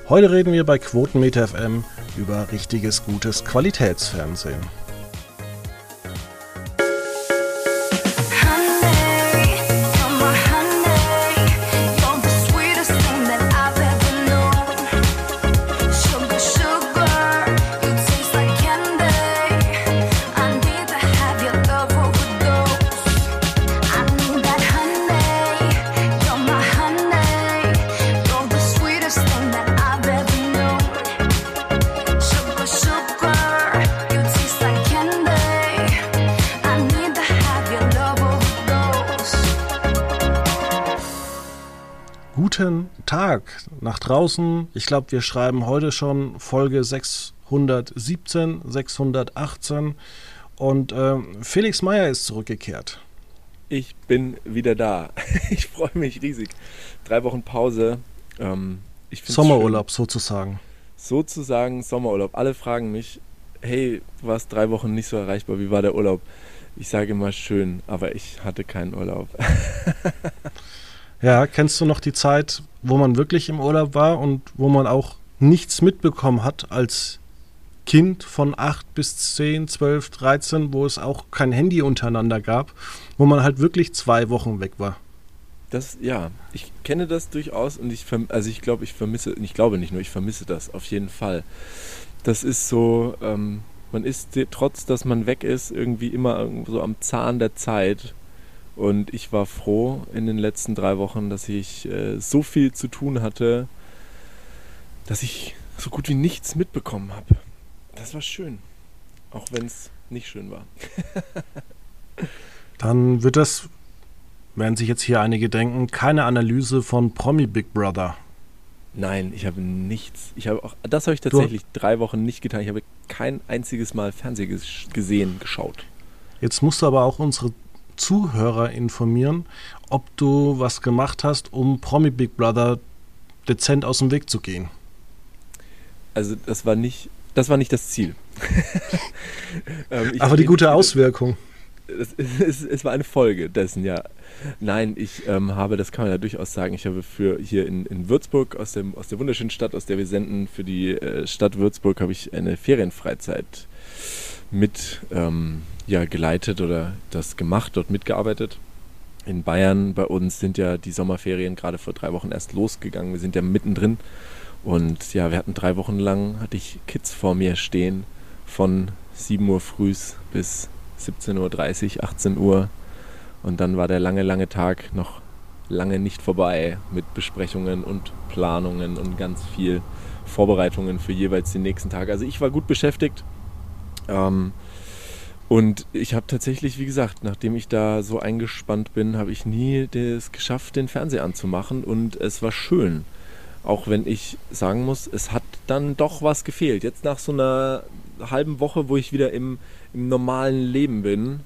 Heute reden wir bei Quotenmeter FM über richtiges, gutes Qualitätsfernsehen. Guten Tag nach draußen. Ich glaube, wir schreiben heute schon Folge 617, 618 und Felix Meyer ist zurückgekehrt. Ich bin wieder da. Ich freue mich riesig. 3 Wochen Pause. Sommerurlaub sozusagen. Sozusagen Sommerurlaub. Alle fragen mich, hey, du warst 3 Wochen nicht so erreichbar. Wie war der Urlaub? Ich sage immer schön, aber ich hatte keinen Urlaub. Ja, kennst du noch die Zeit, wo man wirklich im Urlaub war und wo man auch nichts mitbekommen hat als Kind von 8 bis 10, 12, 13, wo es auch kein Handy untereinander gab, wo man halt wirklich 2 Wochen weg war? Ja, ich kenne das durchaus und ich vermisse das auf jeden Fall. Das ist so, man ist, trotz dass man weg ist, irgendwie immer so am Zahn der Zeit. Und ich war froh in den letzten 3 Wochen, dass ich so viel zu tun hatte, dass ich so gut wie nichts mitbekommen habe. Das war schön, auch wenn es nicht schön war. Dann werden sich jetzt hier einige denken, keine Analyse von Promi Big Brother. Nein, ich habe nichts. Das habe ich tatsächlich 3 Wochen nicht getan. Ich habe kein einziges Mal Fernsehen geschaut. Jetzt musst du aber auch unsere Zuhörer informieren, ob du was gemacht hast, um Promi Big Brother dezent aus dem Weg zu gehen. Also das war nicht das Ziel. Aber die gute Auswirkung. Es war eine Folge dessen, ja. Nein, ich habe, das kann man ja durchaus sagen, ich habe für hier in Würzburg, aus der wunderschönen Stadt, aus der wir senden, für die Stadt Würzburg habe ich eine Ferienfreizeit mit geleitet oder das gemacht, dort mitgearbeitet. In Bayern bei uns sind ja die Sommerferien gerade vor 3 Wochen erst losgegangen. Wir sind ja mittendrin und ja, wir hatten 3 Wochen lang, hatte ich Kids vor mir stehen von 7 Uhr frühs bis 17.30 Uhr, 18 Uhr und dann war der lange Tag noch lange nicht vorbei mit Besprechungen und Planungen und ganz viel Vorbereitungen für jeweils den nächsten Tag. Also ich war gut beschäftigt. Und ich habe tatsächlich, wie gesagt, nachdem ich da so eingespannt bin, habe ich nie es geschafft, den Fernseher anzumachen und es war schön. Auch wenn ich sagen muss, es hat dann doch was gefehlt. Jetzt nach so einer halben Woche, wo ich wieder im normalen Leben bin,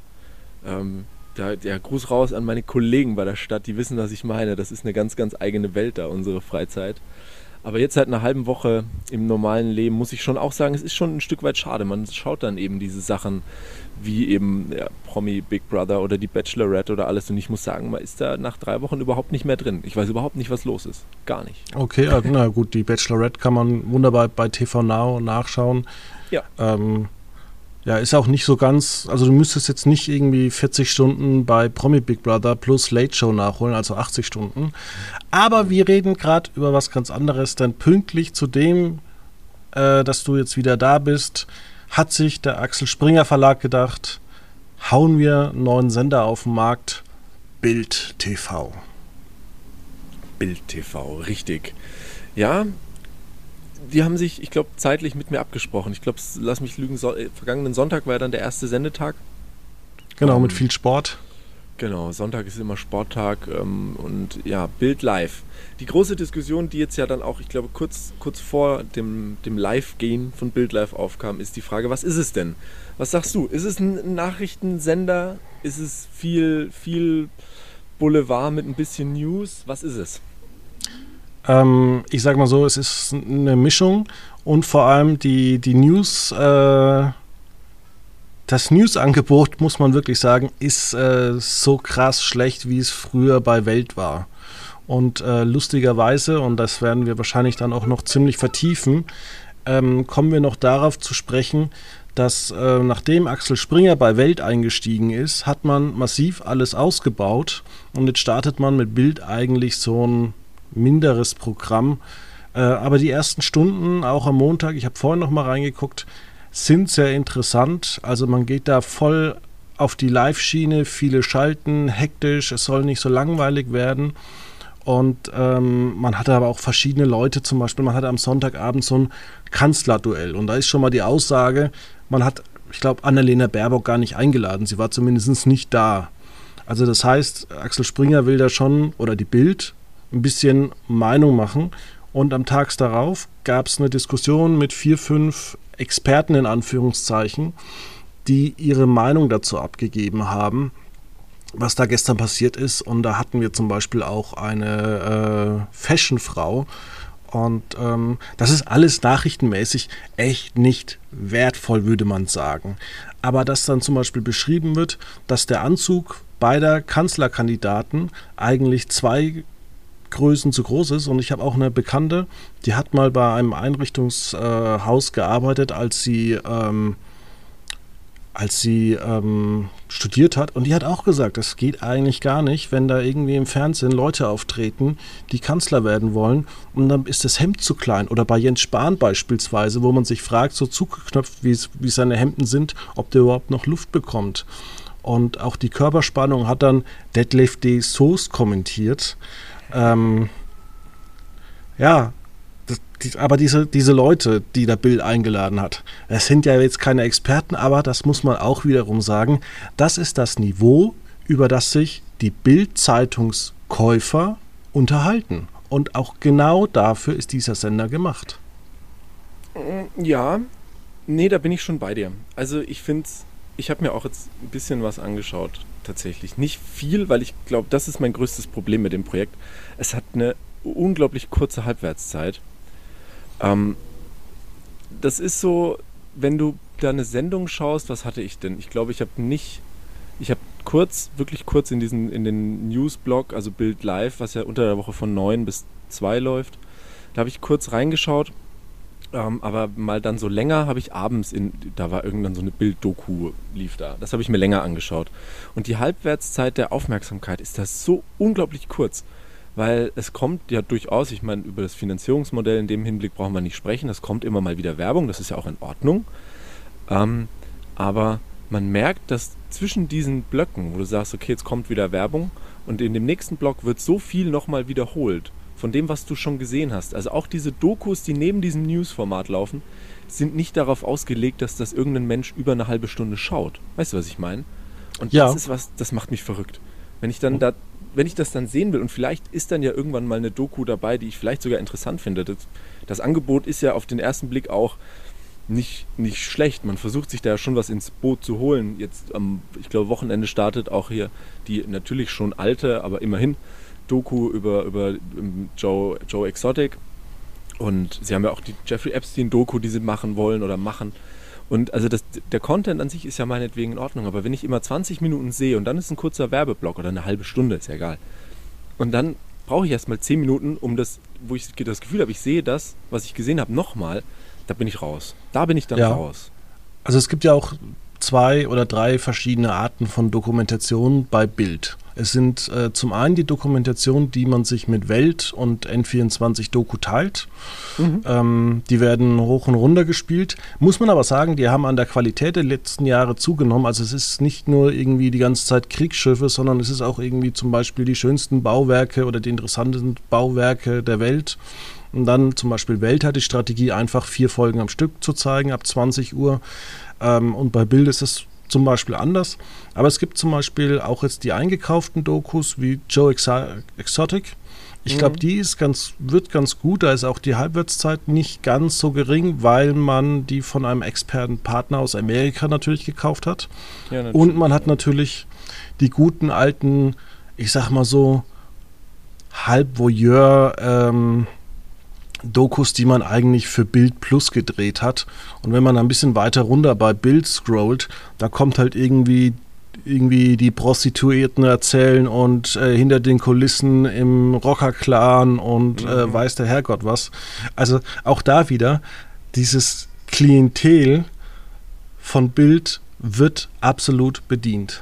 Gruß raus an meine Kollegen bei der Stadt, die wissen, was ich meine. Das ist eine ganz, ganz eigene Welt da, unsere Freizeit. Aber jetzt seit einer halben Woche im normalen Leben muss ich schon auch sagen, es ist schon ein Stück weit schade. Man schaut dann eben diese Sachen wie eben Promi Big Brother oder die Bachelorette oder alles. Und ich muss sagen, man ist da nach 3 Wochen überhaupt nicht mehr drin. Ich weiß überhaupt nicht, was los ist. Gar nicht. Okay, na gut, die Bachelorette kann man wunderbar bei TV Now nachschauen. Ja. Ist auch nicht so ganz, also du müsstest jetzt nicht irgendwie 40 Stunden bei Promi Big Brother plus Late Show nachholen, also 80 Stunden. Aber wir reden gerade über was ganz anderes, denn pünktlich zu dem, dass du jetzt wieder da bist, hat sich der Axel Springer Verlag gedacht, hauen wir einen neuen Sender auf den Markt, Bild TV. Bild TV, richtig. Ja, die haben sich, ich glaube, zeitlich mit mir abgesprochen. Ich glaube, lass mich lügen, vergangenen Sonntag war ja dann der erste Sendetag. Genau, mit viel Sport. Genau, Sonntag ist immer Sporttag und ja, Bild Live. Die große Diskussion, die jetzt ja dann auch, ich glaube, kurz vor dem Live-Gehen von Bild Live aufkam, ist die Frage, was ist es denn? Was sagst du? Ist es ein Nachrichtensender? Ist es viel Boulevard mit ein bisschen News? Was ist es? Ich sag mal so, es ist eine Mischung und vor allem die News, das News-Angebot, muss man wirklich sagen, ist so krass schlecht, wie es früher bei Welt war. Und lustigerweise, und das werden wir wahrscheinlich dann auch noch ziemlich vertiefen, kommen wir noch darauf zu sprechen, dass nachdem Axel Springer bei Welt eingestiegen ist, hat man massiv alles ausgebaut und jetzt startet man mit Bild eigentlich so ein minderes Programm. Aber die ersten Stunden, auch am Montag, ich habe vorhin noch mal reingeguckt, sind sehr interessant. Also man geht da voll auf die Live-Schiene, viele schalten, hektisch, es soll nicht so langweilig werden. Und man hatte aber auch verschiedene Leute, zum Beispiel, man hatte am Sonntagabend so ein Kanzlerduell. Und da ist schon mal die Aussage, man hat, ich glaube, Annalena Baerbock gar nicht eingeladen. Sie war zumindest nicht da. Also das heißt, Axel Springer will da schon, oder die Bild, ein bisschen Meinung machen. Und am Tag darauf gab es eine Diskussion mit 4, 5 Experten in Anführungszeichen, die ihre Meinung dazu abgegeben haben, was da gestern passiert ist. Und da hatten wir zum Beispiel auch eine Fashionfrau. Und das ist alles nachrichtenmäßig echt nicht wertvoll, würde man sagen. Aber dass dann zum Beispiel beschrieben wird, dass der Anzug beider Kanzlerkandidaten eigentlich 2 Größen zu groß ist. Und ich habe auch eine Bekannte, die hat mal bei einem Einrichtungshaus gearbeitet, als sie studiert hat. Und die hat auch gesagt, das geht eigentlich gar nicht, wenn da irgendwie im Fernsehen Leute auftreten, die Kanzler werden wollen und dann ist das Hemd zu klein. Oder bei Jens Spahn beispielsweise, wo man sich fragt, so zugeknöpft, wie seine Hemden sind, ob der überhaupt noch Luft bekommt. Und auch die Körperspannung hat dann Detlef D. Soest kommentiert. Aber diese Leute, die der Bild eingeladen hat, das sind ja jetzt keine Experten, aber das muss man auch wiederum sagen, das ist das Niveau, über das sich die Bild-Zeitungskäufer unterhalten. Und auch genau dafür ist dieser Sender gemacht. Ja, nee, da bin ich schon bei dir. Also ich finde, ich habe mir auch jetzt ein bisschen was angeschaut, tatsächlich. Nicht viel, weil ich glaube, das ist mein größtes Problem mit dem Projekt. Es hat eine unglaublich kurze Halbwertszeit. Das ist so, wenn du da eine Sendung schaust, was hatte ich denn? Ich glaube, ich habe wirklich kurz in den Newsblog, also Bild Live, was ja unter der Woche von 9 bis 2 läuft, da habe ich kurz reingeschaut, aber mal dann so länger habe ich abends, da war irgendwann so eine Bild-Doku, lief da. Das habe ich mir länger angeschaut. Und die Halbwertszeit der Aufmerksamkeit ist da so unglaublich kurz. Weil es kommt ja durchaus, ich meine, über das Finanzierungsmodell in dem Hinblick brauchen wir nicht sprechen, es kommt immer mal wieder Werbung, das ist ja auch in Ordnung. Aber man merkt, dass zwischen diesen Blöcken, wo du sagst, okay, jetzt kommt wieder Werbung und in dem nächsten Block wird so viel nochmal wiederholt von dem, was du schon gesehen hast. Also auch diese Dokus, die neben diesem News-Format laufen, sind nicht darauf ausgelegt, dass das irgendein Mensch über eine halbe Stunde schaut. Weißt du, was ich meine? Und ja. Das ist was, das macht mich verrückt. Wenn ich das dann sehen will und vielleicht ist dann ja irgendwann mal eine Doku dabei, die ich vielleicht sogar interessant finde. Das Angebot ist ja auf den ersten Blick auch nicht schlecht. Man versucht sich da ja schon was ins Boot zu holen. Jetzt ich glaube, Wochenende startet auch hier die natürlich schon alte, aber immerhin Doku über Joe Exotic. Und sie haben ja auch die Jeffrey Epstein-Doku, die sie machen wollen oder machen. Und also der Content an sich ist ja meinetwegen in Ordnung, aber wenn ich immer 20 Minuten sehe und dann ist ein kurzer Werbeblock oder eine halbe Stunde, ist ja egal. Und dann brauche ich erstmal 10 Minuten, wo ich das Gefühl habe, ich sehe das, was ich gesehen habe, nochmal, da bin ich raus. Da bin ich dann raus. Also es gibt ja auch 2 oder 3 verschiedene Arten von Dokumentation bei Bild. Es sind zum einen die Dokumentation, die man sich mit Welt und N24 Doku teilt. Die werden hoch und runter gespielt. Muss man aber sagen, die haben an der Qualität der letzten Jahre zugenommen. Also es ist nicht nur irgendwie die ganze Zeit Kriegsschiffe, sondern es ist auch irgendwie zum Beispiel die schönsten Bauwerke oder die interessantesten Bauwerke der Welt. Und dann zum Beispiel Welt hat die Strategie, einfach 4 Folgen am Stück zu zeigen, ab 20 Uhr. Und bei Bild ist es zum Beispiel anders. Aber es gibt zum Beispiel auch jetzt die eingekauften Dokus wie Joe Exotic. Ich glaube, die wird ganz gut. Da ist auch die Halbwertszeit nicht ganz so gering, weil man die von einem Expertenpartner aus Amerika natürlich gekauft hat. Ja, natürlich. Und man hat natürlich die guten alten, ich sag mal so, Halb-Voyeur Dokus, die man eigentlich für Bild Plus gedreht hat. Und wenn man ein bisschen weiter runter bei Bild scrollt, da kommt halt irgendwie irgendwie die Prostituierten erzählen und hinter den Kulissen im Rocker-Clan und weiß der Herrgott was. Also auch da wieder, dieses Klientel von Bild wird absolut bedient.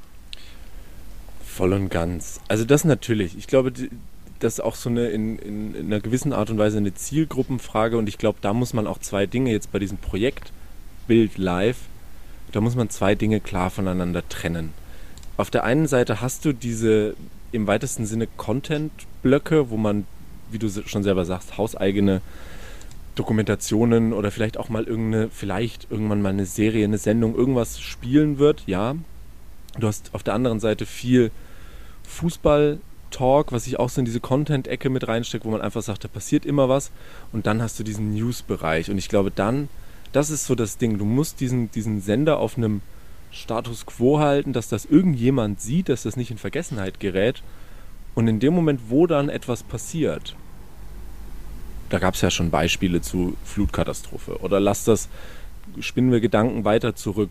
Voll und ganz. Also das natürlich. Ich glaube, das ist auch so eine in einer gewissen Art und Weise eine Zielgruppenfrage und ich glaube, da muss man auch zwei Dinge jetzt bei diesem Projekt Bild Live, da muss man zwei Dinge klar voneinander trennen. Auf der einen Seite hast du diese im weitesten Sinne Content-Blöcke, wo man, wie du schon selber sagst, hauseigene Dokumentationen oder vielleicht auch mal irgendwann mal eine Serie, eine Sendung, irgendwas spielen wird, ja. Du hast auf der anderen Seite viel Fußball-Talk, was ich auch so in diese Content-Ecke mit reinstecke, wo man einfach sagt, da passiert immer was und dann hast du diesen News-Bereich und ich glaube dann, das ist so das Ding, du musst diesen Sender auf einem Status Quo halten, dass das irgendjemand sieht, dass das nicht in Vergessenheit gerät und in dem Moment, wo dann etwas passiert, da gab es ja schon Beispiele zu Flutkatastrophe oder spinnen wir Gedanken weiter zurück,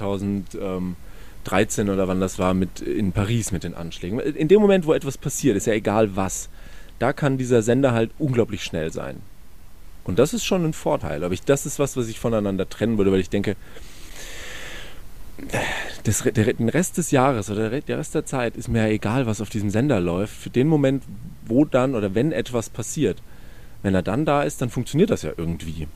2013 oder wann das war in Paris mit den Anschlägen. In dem Moment, wo etwas passiert, ist ja egal was, da kann dieser Sender halt unglaublich schnell sein. Und das ist schon ein Vorteil. Aber das ist was ich voneinander trennen würde, weil ich denke, den Rest des Jahres oder der Rest der Zeit ist mir ja egal, was auf diesem Sender läuft. Für den Moment, wo dann oder wenn etwas passiert, wenn er dann da ist, dann funktioniert das ja irgendwie.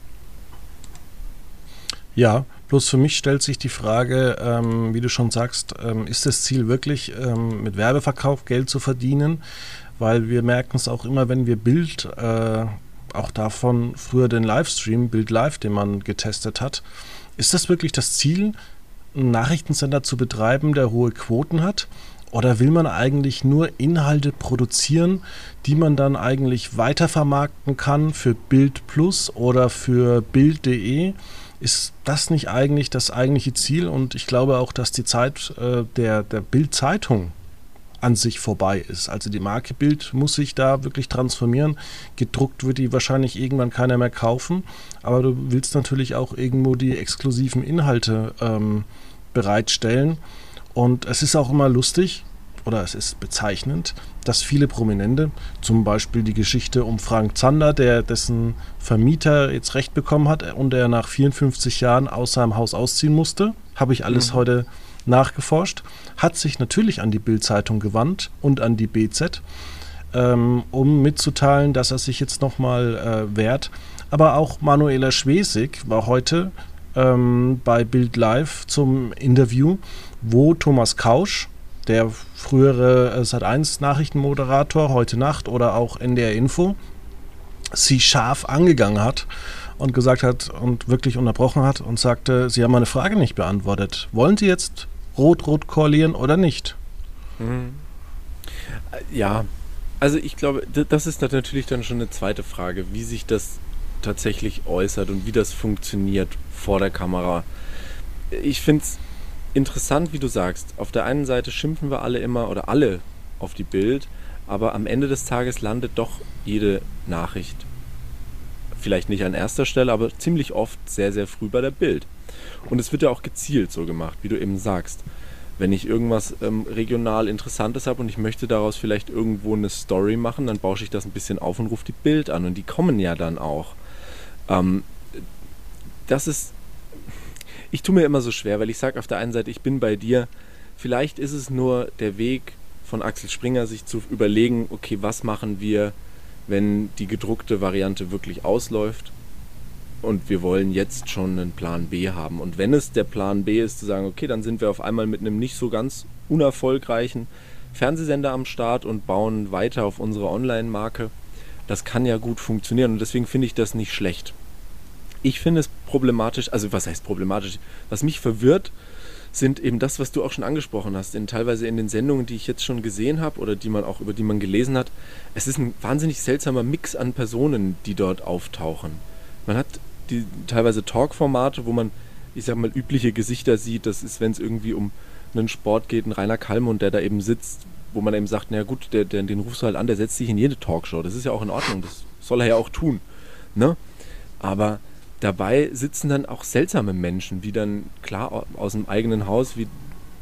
Ja, bloß für mich stellt sich die Frage, wie du schon sagst, ist das Ziel wirklich, mit Werbeverkauf Geld zu verdienen? Weil wir merken es auch immer, wenn wir Bild, auch davon früher den Livestream, Bild Live, den man getestet hat, ist das wirklich das Ziel, einen Nachrichtensender zu betreiben, der hohe Quoten hat? Oder will man eigentlich nur Inhalte produzieren, die man dann eigentlich weitervermarkten kann für Bild Plus oder für Bild.de? Ist das nicht eigentlich das eigentliche Ziel? Und ich glaube auch, dass die Zeit der Bild-Zeitung an sich vorbei ist. Also die Marke Bild muss sich da wirklich transformieren. Gedruckt wird die wahrscheinlich irgendwann keiner mehr kaufen. Aber du willst natürlich auch irgendwo die exklusiven Inhalte bereitstellen. Und es ist auch immer lustig, oder es ist bezeichnend, dass viele Prominente, zum Beispiel die Geschichte um Frank Zander, dessen Vermieter jetzt Recht bekommen hat und er nach 54 Jahren aus seinem Haus ausziehen musste, habe ich alles heute nachgeforscht, hat sich natürlich an die Bild-Zeitung gewandt und an die BZ, um mitzuteilen, dass er sich jetzt nochmal wehrt. Aber auch Manuela Schwesig war heute bei Bild Live zum Interview, wo Thomas Kausch, der frühere Sat.1 Nachrichtenmoderator, heute Nacht oder auch NDR Info, sie scharf angegangen hat und gesagt hat und wirklich unterbrochen hat und sagte, sie haben meine Frage nicht beantwortet. Wollen Sie jetzt rot-rot koalieren oder nicht? Ja, also ich glaube, das ist natürlich dann schon eine zweite Frage, wie sich das tatsächlich äußert und wie das funktioniert vor der Kamera. Ich finde es interessant, wie du sagst. Auf der einen Seite schimpfen wir alle immer oder alle auf die Bild, aber am Ende des Tages landet doch jede Nachricht, vielleicht nicht an erster Stelle, aber ziemlich oft sehr, sehr früh bei der Bild. Und es wird ja auch gezielt so gemacht, wie du eben sagst. Wenn ich irgendwas regional Interessantes habe und ich möchte daraus vielleicht irgendwo eine Story machen, dann bausche ich das ein bisschen auf und rufe die Bild an und die kommen ja dann auch. Ich tue mir immer so schwer, weil ich sage auf der einen Seite, ich bin bei dir, vielleicht ist es nur der Weg von Axel Springer, sich zu überlegen, okay, was machen wir, wenn die gedruckte Variante wirklich ausläuft und wir wollen jetzt schon einen Plan B haben. Und wenn es der Plan B ist, zu sagen, okay, dann sind wir auf einmal mit einem nicht so ganz unerfolgreichen Fernsehsender am Start und bauen weiter auf unsere Online-Marke, das kann ja gut funktionieren und deswegen finde ich das nicht schlecht. Ich finde es problematisch, also was heißt problematisch? Was mich verwirrt, sind eben das, was du auch schon angesprochen hast, teilweise in den Sendungen, die ich jetzt schon gesehen habe oder über die man gelesen hat. Es ist ein wahnsinnig seltsamer Mix an Personen, die dort auftauchen. Man hat teilweise Talk-Formate, wo man, ich sag mal, übliche Gesichter sieht. Das ist, wenn es irgendwie um einen Sport geht, ein Rainer Kallmund, der da eben sitzt, wo man eben sagt, na gut, den rufst du halt an, der setzt sich in jede Talkshow. Das ist ja auch in Ordnung, das soll er ja auch tun. Ne? Aber dabei sitzen dann auch seltsame Menschen, wie dann klar aus dem eigenen Haus, wie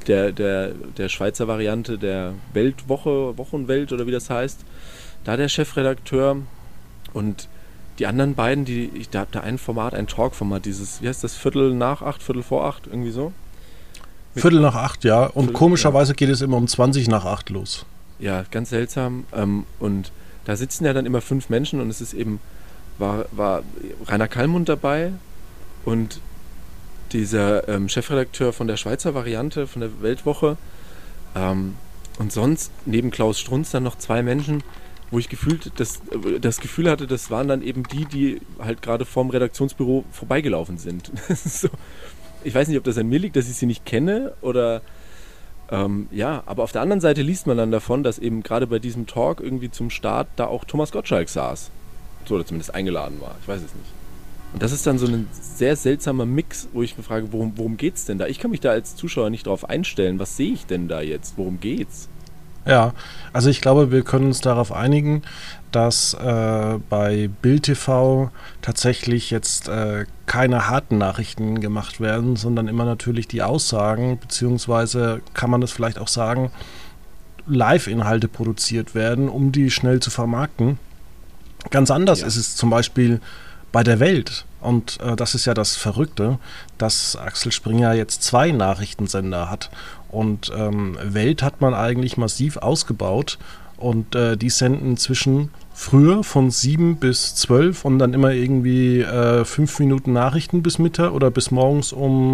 der Schweizer Variante der Weltwoche, Wochenwelt oder wie das heißt, da der Chefredakteur und die anderen beiden, da habt ihr ein Format, ein Talkformat, dieses, wie heißt das, Viertel nach 8, Viertel vor 8, irgendwie so? Viertel nach 8, ja. Und komischerweise geht es immer um 20 nach 8 los. Ja, ganz seltsam. Und da sitzen ja dann immer 5 Menschen und es ist eben, war Rainer Kallmund dabei und dieser Chefredakteur von der Schweizer Variante, von der Weltwoche. Und sonst neben Klaus Strunz dann noch 2 Menschen, wo ich gefühlt das Gefühl hatte, das waren dann eben die halt gerade vorm Redaktionsbüro vorbeigelaufen sind. So. Ich weiß nicht, ob das an mir liegt, dass ich sie nicht kenne oder aber auf der anderen Seite liest man dann davon, dass eben gerade bei diesem Talk irgendwie zum Start da auch Thomas Gottschalk saß. So, oder zumindest eingeladen war. Ich weiß es nicht. Und das ist dann so ein sehr seltsamer Mix, wo ich mir frage, worum geht's denn da? Ich kann mich da als Zuschauer nicht drauf einstellen. Was sehe ich denn da jetzt? Worum geht's? Ja, also ich glaube, wir können uns darauf einigen, dass bei Bild TV tatsächlich jetzt keine harten Nachrichten gemacht werden, sondern immer natürlich die Aussagen, beziehungsweise kann man das vielleicht auch sagen, Live-Inhalte produziert werden, um die schnell zu vermarkten. Ganz anders ist es zum Beispiel bei der Welt. Und das ist ja das Verrückte, dass Axel Springer jetzt 2 Nachrichtensender hat. Und Welt hat man eigentlich massiv ausgebaut. Und die senden früher von 7 bis 12 und dann immer irgendwie 5 Minuten Nachrichten bis Mittag oder bis morgens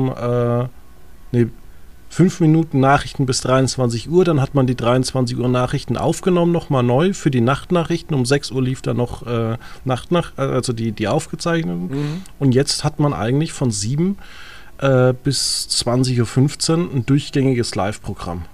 5 Minuten Nachrichten bis 23 Uhr, dann hat man die 23 Uhr Nachrichten aufgenommen, nochmal neu für die Nachtnachrichten. Um 6 Uhr lief dann noch also die aufgezeichneten. Mhm. Und jetzt hat man eigentlich von 7 bis 20.15 Uhr ein durchgängiges Live-Programm.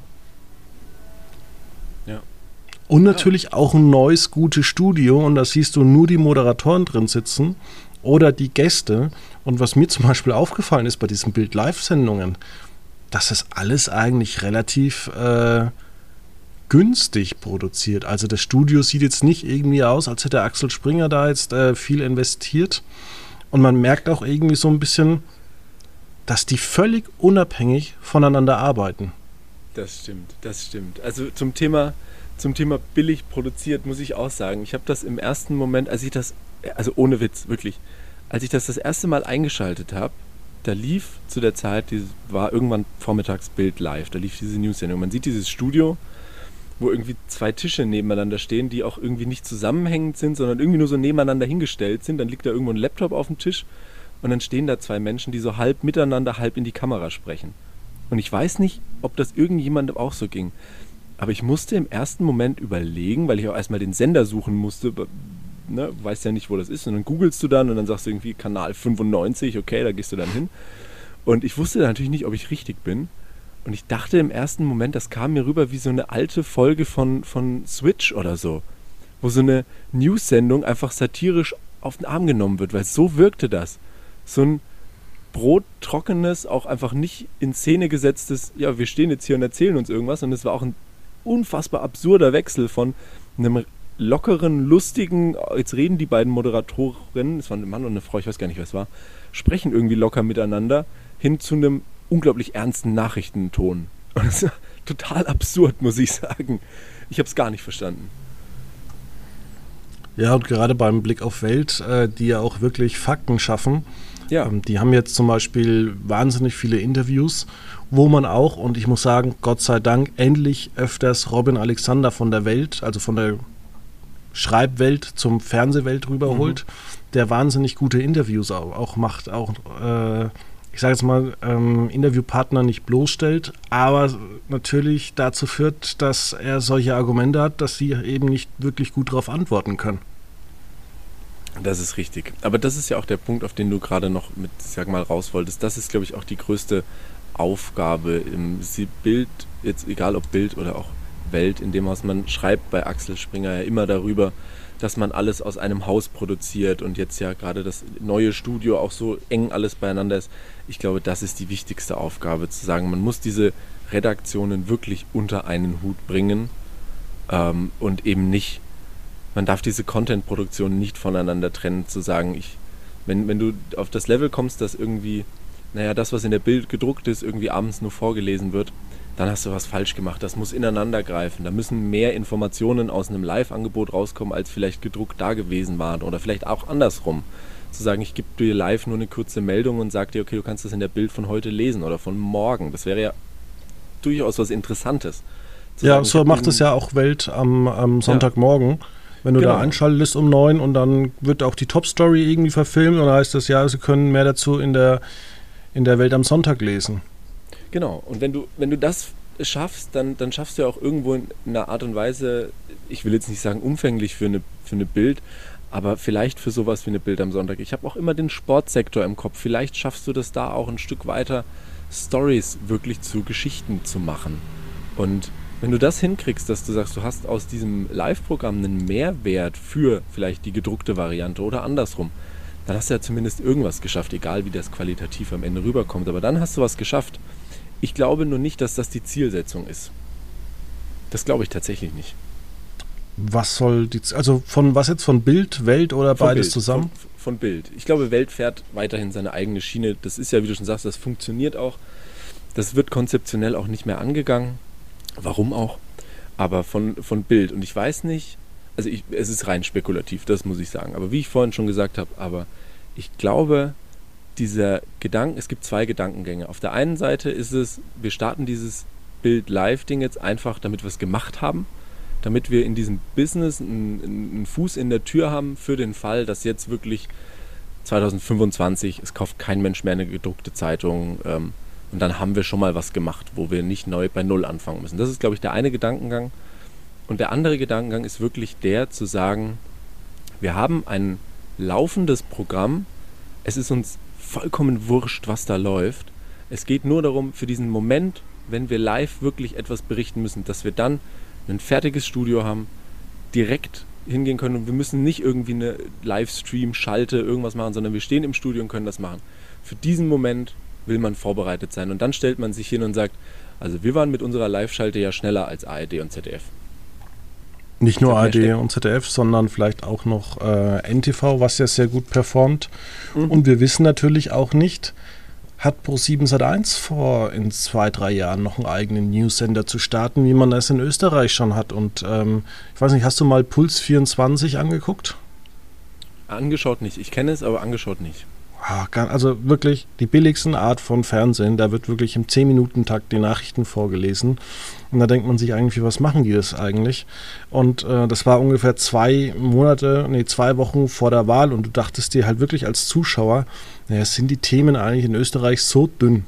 Ja. Und natürlich auch ein neues, gutes Studio. Und da siehst du nur die Moderatoren drin sitzen oder die Gäste. Und was mir zum Beispiel aufgefallen ist bei diesen Bild-Live-Sendungen, das ist alles eigentlich relativ günstig produziert. Also das Studio sieht jetzt nicht irgendwie aus, als hätte Axel Springer da jetzt viel investiert. Und man merkt auch irgendwie so ein bisschen, dass die völlig unabhängig voneinander arbeiten. Das stimmt. Also zum Thema billig produziert muss ich auch sagen, ich habe das im ersten Moment, also ohne Witz, wirklich, als ich das erste Mal eingeschaltet habe, da lief zu der Zeit, war irgendwann vormittags Bild live, da lief diese News-Sendung. Man sieht dieses Studio, wo irgendwie 2 Tische nebeneinander stehen, die auch irgendwie nicht zusammenhängend sind, sondern irgendwie nur so nebeneinander hingestellt sind. Dann liegt da irgendwo ein Laptop auf dem Tisch und dann stehen da 2 Menschen, die so halb miteinander, halb in die Kamera sprechen. Und ich weiß nicht, ob das irgendjemandem auch so ging. Aber ich musste im ersten Moment überlegen, weil ich auch erstmal den Sender suchen musste, ne, weißt ja nicht, wo das ist, und dann googelst du dann und dann sagst du irgendwie Kanal 95, okay, da gehst du dann hin. Und ich wusste natürlich nicht, ob ich richtig bin. Und ich dachte im ersten Moment, das kam mir rüber wie so eine alte Folge von Switch oder so, wo so eine News-Sendung einfach satirisch auf den Arm genommen wird, weil so wirkte das. So ein brottrockenes, auch einfach nicht in Szene gesetztes, ja, wir stehen jetzt hier und erzählen uns irgendwas, und es war auch ein unfassbar absurder Wechsel von einem lockeren, lustigen, jetzt reden die beiden Moderatorinnen, es war ein Mann und eine Frau, ich weiß gar nicht, wer es war, sprechen irgendwie locker miteinander, hin zu einem unglaublich ernsten Nachrichtenton. Und das ist total absurd, muss ich sagen. Ich habe es gar nicht verstanden. Ja, und gerade beim Blick auf Welt, die ja auch wirklich Fakten schaffen, die haben jetzt zum Beispiel wahnsinnig viele Interviews, wo man auch, und ich muss sagen, Gott sei Dank, endlich öfters Robin Alexander von der Welt, also von der Schreibwelt zum Fernsehwelt rüberholt, der wahnsinnig gute Interviews auch macht, auch ich sage jetzt mal, Interviewpartner nicht bloßstellt, aber natürlich dazu führt, dass er solche Argumente hat, dass sie eben nicht wirklich gut darauf antworten können. Das ist richtig. Aber das ist ja auch der Punkt, auf den du gerade noch mit, sag mal, raus wolltest. Das ist, glaube ich, auch die größte Aufgabe im Bild, jetzt egal ob Bild oder auch Welt, in dem Haus. Man schreibt bei Axel Springer ja immer darüber, dass man alles aus einem Haus produziert und jetzt ja gerade das neue Studio auch so eng alles beieinander ist. Ich glaube, das ist die wichtigste Aufgabe, zu sagen, man muss diese Redaktionen wirklich unter einen Hut bringen und eben nicht, man darf diese Content-Produktion nicht voneinander trennen, zu sagen, wenn du auf das Level kommst, dass irgendwie, das, was in der Bild gedruckt ist, irgendwie abends nur vorgelesen wird, dann hast du was falsch gemacht. Das muss ineinander greifen. Da müssen mehr Informationen aus einem Live-Angebot rauskommen, als vielleicht gedruckt da gewesen waren. Oder vielleicht auch andersrum. Zu sagen, ich gebe dir live nur eine kurze Meldung und sage dir, okay, du kannst das in der Bild von heute lesen oder von morgen. Das wäre ja durchaus was Interessantes. Ja, so macht es ja auch Welt am Sonntagmorgen. Wenn du da einschaltest um 9 und dann wird auch die Top-Story irgendwie verfilmt und dann heißt es, ja, sie können mehr dazu in der Welt am Sonntag lesen. Genau, und wenn du das schaffst, dann schaffst du ja auch irgendwo in einer Art und Weise, ich will jetzt nicht sagen umfänglich für eine Bild, aber vielleicht für sowas wie eine Bild am Sonntag. Ich habe auch immer den Sportsektor im Kopf. Vielleicht schaffst du das da auch ein Stück weiter, Stories wirklich zu Geschichten zu machen. Und wenn du das hinkriegst, dass du sagst, du hast aus diesem Live-Programm einen Mehrwert für vielleicht die gedruckte Variante oder andersrum, dann hast du ja zumindest irgendwas geschafft, egal wie das qualitativ am Ende rüberkommt. Aber dann hast du was geschafft. Ich glaube nur nicht, dass das die Zielsetzung ist. Das glaube ich tatsächlich nicht. Was soll also von was jetzt? Von Bild, Welt oder von beides Bild, zusammen? Von Bild. Ich glaube, Welt fährt weiterhin seine eigene Schiene. Das ist ja, wie du schon sagst, das funktioniert auch. Das wird konzeptionell auch nicht mehr angegangen. Warum auch? Aber von Bild. Und ich weiß nicht, also es ist rein spekulativ, das muss ich sagen. Aber wie ich vorhin schon gesagt habe, aber ich glaube, dieser Gedanke, es gibt zwei Gedankengänge. Auf der einen Seite ist es, wir starten dieses Bild-Live-Ding jetzt einfach, damit wir es gemacht haben, damit wir in diesem Business einen Fuß in der Tür haben für den Fall, dass jetzt wirklich 2025, es kauft kein Mensch mehr eine gedruckte Zeitung und dann haben wir schon mal was gemacht, wo wir nicht neu bei Null anfangen müssen. Das ist, glaube ich, der eine Gedankengang. Und der andere Gedankengang ist wirklich der, zu sagen, wir haben ein laufendes Programm, es ist uns vollkommen wurscht, was da läuft. Es geht nur darum, für diesen Moment, wenn wir live wirklich etwas berichten müssen, dass wir dann ein fertiges Studio haben, direkt hingehen können und wir müssen nicht irgendwie eine Livestream-Schalte irgendwas machen, sondern wir stehen im Studio und können das machen. Für diesen Moment will man vorbereitet sein und dann stellt man sich hin und sagt, also wir waren mit unserer Live-Schalte ja schneller als ARD und ZDF. Nicht nur ARD und ZDF, sondern vielleicht auch noch NTV, was ja sehr gut performt. Und wir wissen natürlich auch nicht, hat Pro7 Sat.1 vor, in 2-3 Jahren noch einen eigenen News-Sender zu starten, wie man das in Österreich schon hat. Und ich weiß nicht, hast du mal Puls 24 angeguckt? Angeschaut nicht. Ich kenne es, aber angeschaut nicht. Also wirklich die billigsten Art von Fernsehen. Da wird wirklich im 10-Minuten-Takt die Nachrichten vorgelesen. Und da denkt man sich eigentlich, was machen die das eigentlich? Und das war ungefähr 2 Wochen vor der Wahl. Und du dachtest dir halt wirklich als Zuschauer, naja, sind die Themen eigentlich in Österreich so dünn?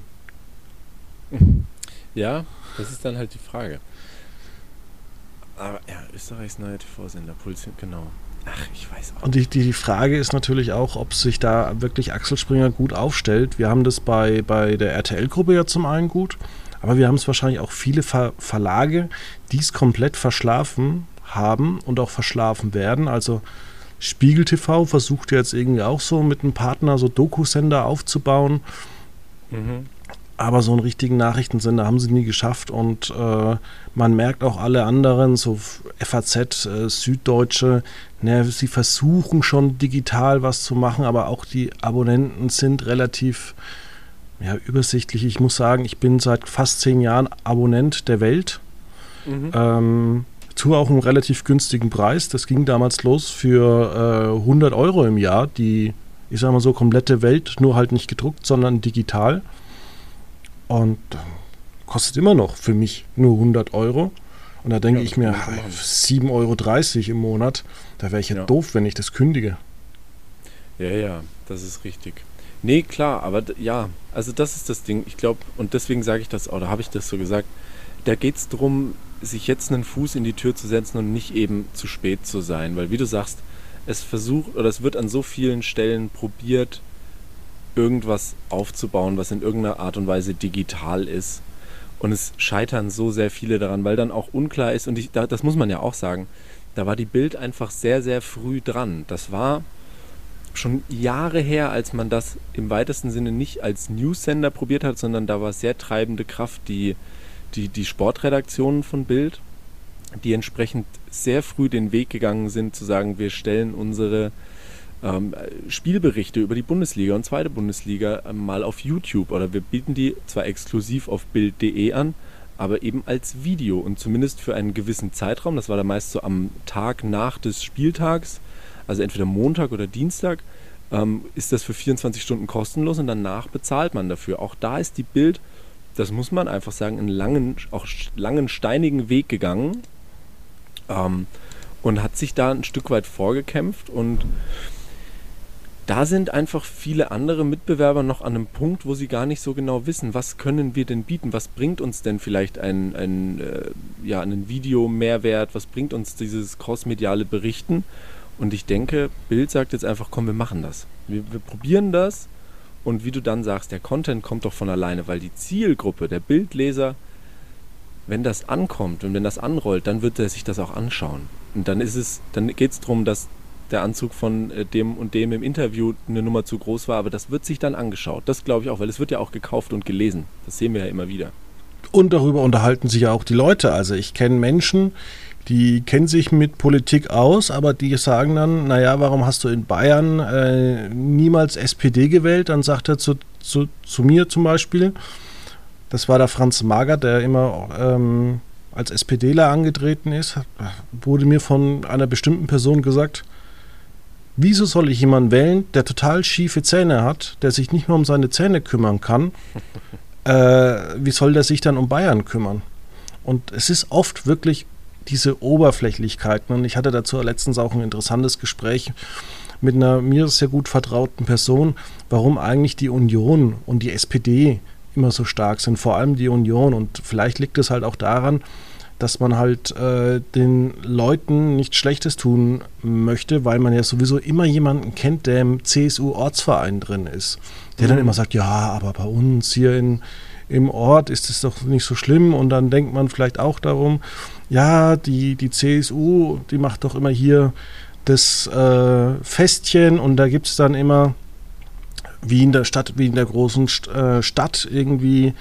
Ja, das ist dann halt die Frage. Aber ja, Österreichs neuer TV-Sender, Puls, genau. Ach, ich weiß auch. Und die Frage ist natürlich auch, ob sich da wirklich Axel Springer gut aufstellt. Wir haben das bei der RTL-Gruppe ja zum einen gut, aber wir haben es wahrscheinlich auch viele Verlage, die es komplett verschlafen haben und auch verschlafen werden. Also Spiegel TV versucht jetzt irgendwie auch so mit einem Partner so Doku-Sender aufzubauen. Aber so einen richtigen Nachrichtensender haben sie nie geschafft und man merkt auch alle anderen, so FAZ, Süddeutsche, sie versuchen schon digital was zu machen, aber auch die Abonnenten sind relativ übersichtlich. Ich muss sagen, ich bin seit fast 10 Jahren Abonnent der Welt. Zu auch einem relativ günstigen Preis. Das ging damals los für 100 Euro im Jahr, die, ich sag mal so, komplette Welt, nur halt nicht gedruckt, sondern digital. Und kostet immer noch für mich nur 100 Euro. Und da denke ich mir, 7,30 Euro im Monat, da wäre ich ja doof, wenn ich das kündige. Ja, das ist richtig. Nee, klar, aber ja, also das ist das Ding. Ich glaube, und deswegen sage ich das, oder habe ich das so gesagt, da geht es darum, sich jetzt einen Fuß in die Tür zu setzen und nicht eben zu spät zu sein. Weil wie du sagst, es wird an so vielen Stellen probiert, irgendwas aufzubauen, was in irgendeiner Art und Weise digital ist. Und es scheitern so sehr viele daran, weil dann auch unklar ist, und das muss man ja auch sagen, da war die Bild einfach sehr, sehr früh dran. Das war schon Jahre her, als man das im weitesten Sinne nicht als News-Sender probiert hat, sondern da war sehr treibende Kraft die Sportredaktionen von Bild, die entsprechend sehr früh den Weg gegangen sind, zu sagen, wir stellen unsere Spielberichte über die Bundesliga und zweite Bundesliga mal auf YouTube, oder wir bieten die zwar exklusiv auf Bild.de an, aber eben als Video und zumindest für einen gewissen Zeitraum, das war dann meist so am Tag nach des Spieltags, also entweder Montag oder Dienstag, ist das für 24 Stunden kostenlos und danach bezahlt man dafür. Auch da ist die Bild, das muss man einfach sagen, einen langen steinigen Weg gegangen und hat sich da ein Stück weit vorgekämpft und da sind einfach viele andere Mitbewerber noch an einem Punkt, wo sie gar nicht so genau wissen, was können wir denn bieten, was bringt uns denn vielleicht einen Videomehrwert, was bringt uns dieses crossmediale Berichten. Und ich denke, Bild sagt jetzt einfach, komm, wir machen das. Wir probieren das und wie du dann sagst, der Content kommt doch von alleine, weil die Zielgruppe, der Bildleser, wenn das ankommt und wenn das anrollt, dann wird er sich das auch anschauen. Und dann geht es darum, dass der Anzug von dem und dem im Interview eine Nummer zu groß war, aber das wird sich dann angeschaut. Das glaube ich auch, weil es wird ja auch gekauft und gelesen. Das sehen wir ja immer wieder. Und darüber unterhalten sich ja auch die Leute. Also ich kenne Menschen, die kennen sich mit Politik aus, aber die sagen dann, naja, warum hast du in Bayern niemals SPD gewählt? Dann sagt er zu mir zum Beispiel, das war der Franz Magert, der immer als SPDler angetreten ist, wurde mir von einer bestimmten Person gesagt, wieso soll ich jemanden wählen, der total schiefe Zähne hat, der sich nicht mehr um seine Zähne kümmern kann? Wie soll der sich dann um Bayern kümmern? Und es ist oft wirklich diese Oberflächlichkeiten. Und ich hatte dazu letztens auch ein interessantes Gespräch mit einer mir sehr gut vertrauten Person, warum eigentlich die Union und die SPD immer so stark sind, vor allem die Union. Und vielleicht liegt es halt auch daran, dass man halt den Leuten nichts Schlechtes tun möchte, weil man ja sowieso immer jemanden kennt, der im CSU-Ortsverein drin ist, der dann immer sagt, ja, aber bei uns hier im Ort ist es doch nicht so schlimm und dann denkt man vielleicht auch darum, ja, die CSU, die macht doch immer hier das Festchen und da gibt es dann immer, wie in der Stadt, wie in der großen Stadt irgendwie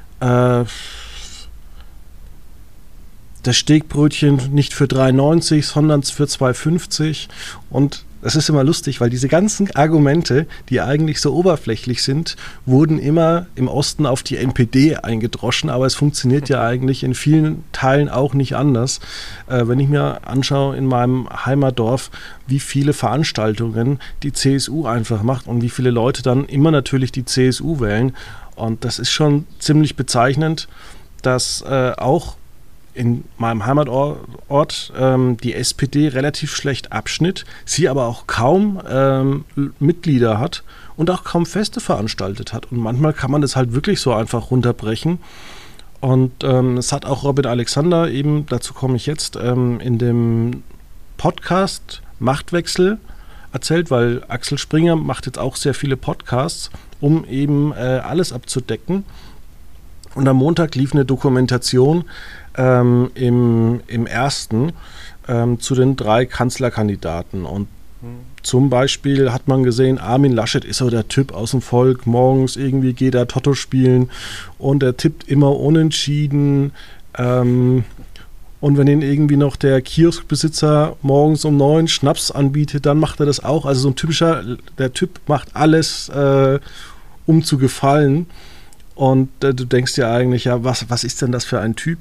das Steakbrötchen nicht für 3,90, sondern für 2,50 und das ist immer lustig, weil diese ganzen Argumente, die eigentlich so oberflächlich sind, wurden immer im Osten auf die NPD eingedroschen, aber es funktioniert ja eigentlich in vielen Teilen auch nicht anders. Wenn ich mir anschaue in meinem Heimatdorf, wie viele Veranstaltungen die CSU einfach macht und wie viele Leute dann immer natürlich die CSU wählen und das ist schon ziemlich bezeichnend, dass auch in meinem Heimatort die SPD relativ schlecht abschnitt, sie aber auch kaum Mitglieder hat und auch kaum Feste veranstaltet hat. Und manchmal kann man das halt wirklich so einfach runterbrechen. Und es hat auch Robin Alexander eben, dazu komme ich jetzt, in dem Podcast Machtwechsel erzählt, weil Axel Springer macht jetzt auch sehr viele Podcasts, um eben alles abzudecken. Und am Montag lief eine Dokumentation im ersten zu den 3 Kanzlerkandidaten. Und zum Beispiel hat man gesehen, Armin Laschet ist so der Typ aus dem Volk. Morgens irgendwie geht er Lotto spielen und er tippt immer unentschieden. Und wenn ihn irgendwie noch der Kioskbesitzer morgens um 9 Schnaps anbietet, dann macht er das auch. Also so ein der Typ macht alles, um zu gefallen. Und du denkst dir eigentlich, ja, was ist denn das für ein Typ?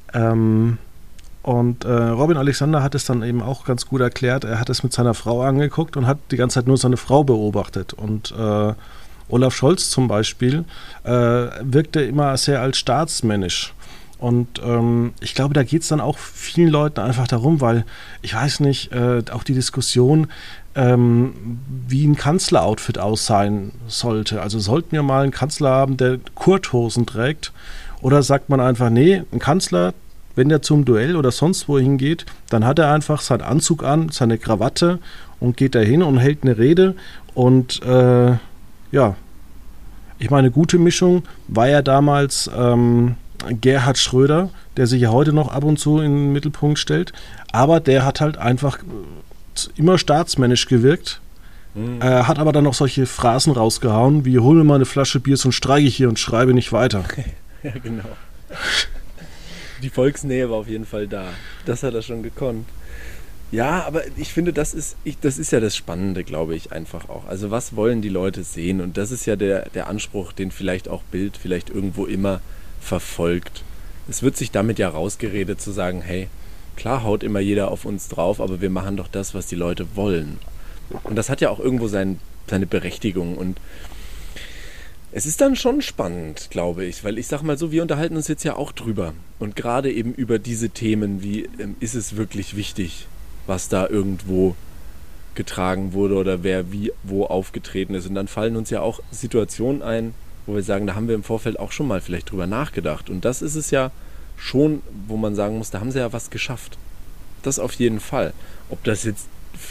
Robin Alexander hat es dann eben auch ganz gut erklärt. Er hat es mit seiner Frau angeguckt und hat die ganze Zeit nur seine Frau beobachtet. Und Olaf Scholz zum Beispiel wirkte immer sehr als staatsmännisch. Und ich glaube, da geht es dann auch vielen Leuten einfach darum, weil, ich weiß nicht, auch die Diskussion, wie ein Kanzleroutfit aussehen sollte. Also sollten wir mal einen Kanzler haben, der Kurthosen trägt? Oder sagt man einfach, nee, ein Kanzler, wenn der zum Duell oder sonst wohin geht, dann hat er einfach seinen Anzug an, seine Krawatte und geht da hin und hält eine Rede. Und ja, ich meine, gute Mischung war ja damals Gerhard Schröder, der sich ja heute noch ab und zu in den Mittelpunkt stellt. Aber der hat halt einfach immer staatsmännisch gewirkt, hat aber dann noch solche Phrasen rausgehauen, wie hol mir mal eine Flasche Bier, sonst streike ich hier und schreibe nicht weiter. Ja, genau. Die Volksnähe war auf jeden Fall da. Das hat er schon gekonnt. Ja, aber ich finde, das ist ja das Spannende, glaube ich, einfach auch. Also was wollen die Leute sehen? Und das ist ja der Anspruch, den vielleicht auch Bild vielleicht irgendwo immer verfolgt. es wird sich damit ja rausgeredet zu sagen, hey, klar haut immer jeder auf uns drauf, aber wir machen doch das, was die Leute wollen. Und das hat ja auch irgendwo seine Berechtigung. Und es ist dann schon spannend, glaube ich, weil ich sage mal so, wir unterhalten uns jetzt ja auch drüber. Und gerade eben über diese Themen, wie ist es wirklich wichtig, was da irgendwo getragen wurde oder wer wie wo aufgetreten ist. Und dann fallen uns ja auch Situationen ein, wo wir sagen, da haben wir im Vorfeld auch schon mal vielleicht drüber nachgedacht. Und das ist es ja schon, wo man sagen muss, da haben sie ja was geschafft. Das auf jeden Fall. Ob das jetzt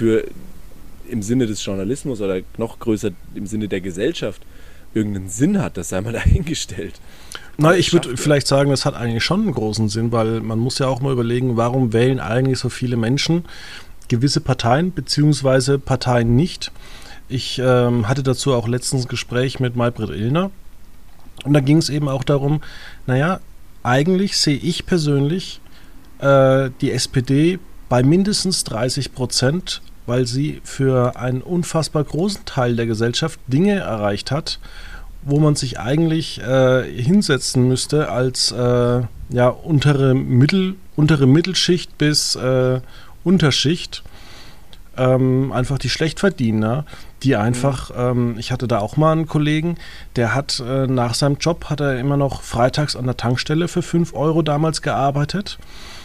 im Sinne des Journalismus oder noch größer im Sinne der Gesellschaft irgendeinen Sinn hat, das sei mal dahingestellt. Na, ich würde vielleicht sagen, das hat eigentlich schon einen großen Sinn, weil man muss ja auch mal überlegen, warum wählen eigentlich so viele Menschen gewisse Parteien beziehungsweise Parteien nicht. Ich hatte dazu auch letztens ein Gespräch mit Maybrit Illner und da ging es eben auch darum, naja, eigentlich sehe ich persönlich die SPD bei mindestens 30%, weil sie für einen unfassbar großen Teil der Gesellschaft Dinge erreicht hat, wo man sich eigentlich hinsetzen müsste als untere Mittelschicht bis Unterschicht. Einfach die Schlechtverdiener, die einfach, ich hatte da auch mal einen Kollegen, der hat nach seinem Job, hat er immer noch freitags an der Tankstelle für 5 Euro damals gearbeitet.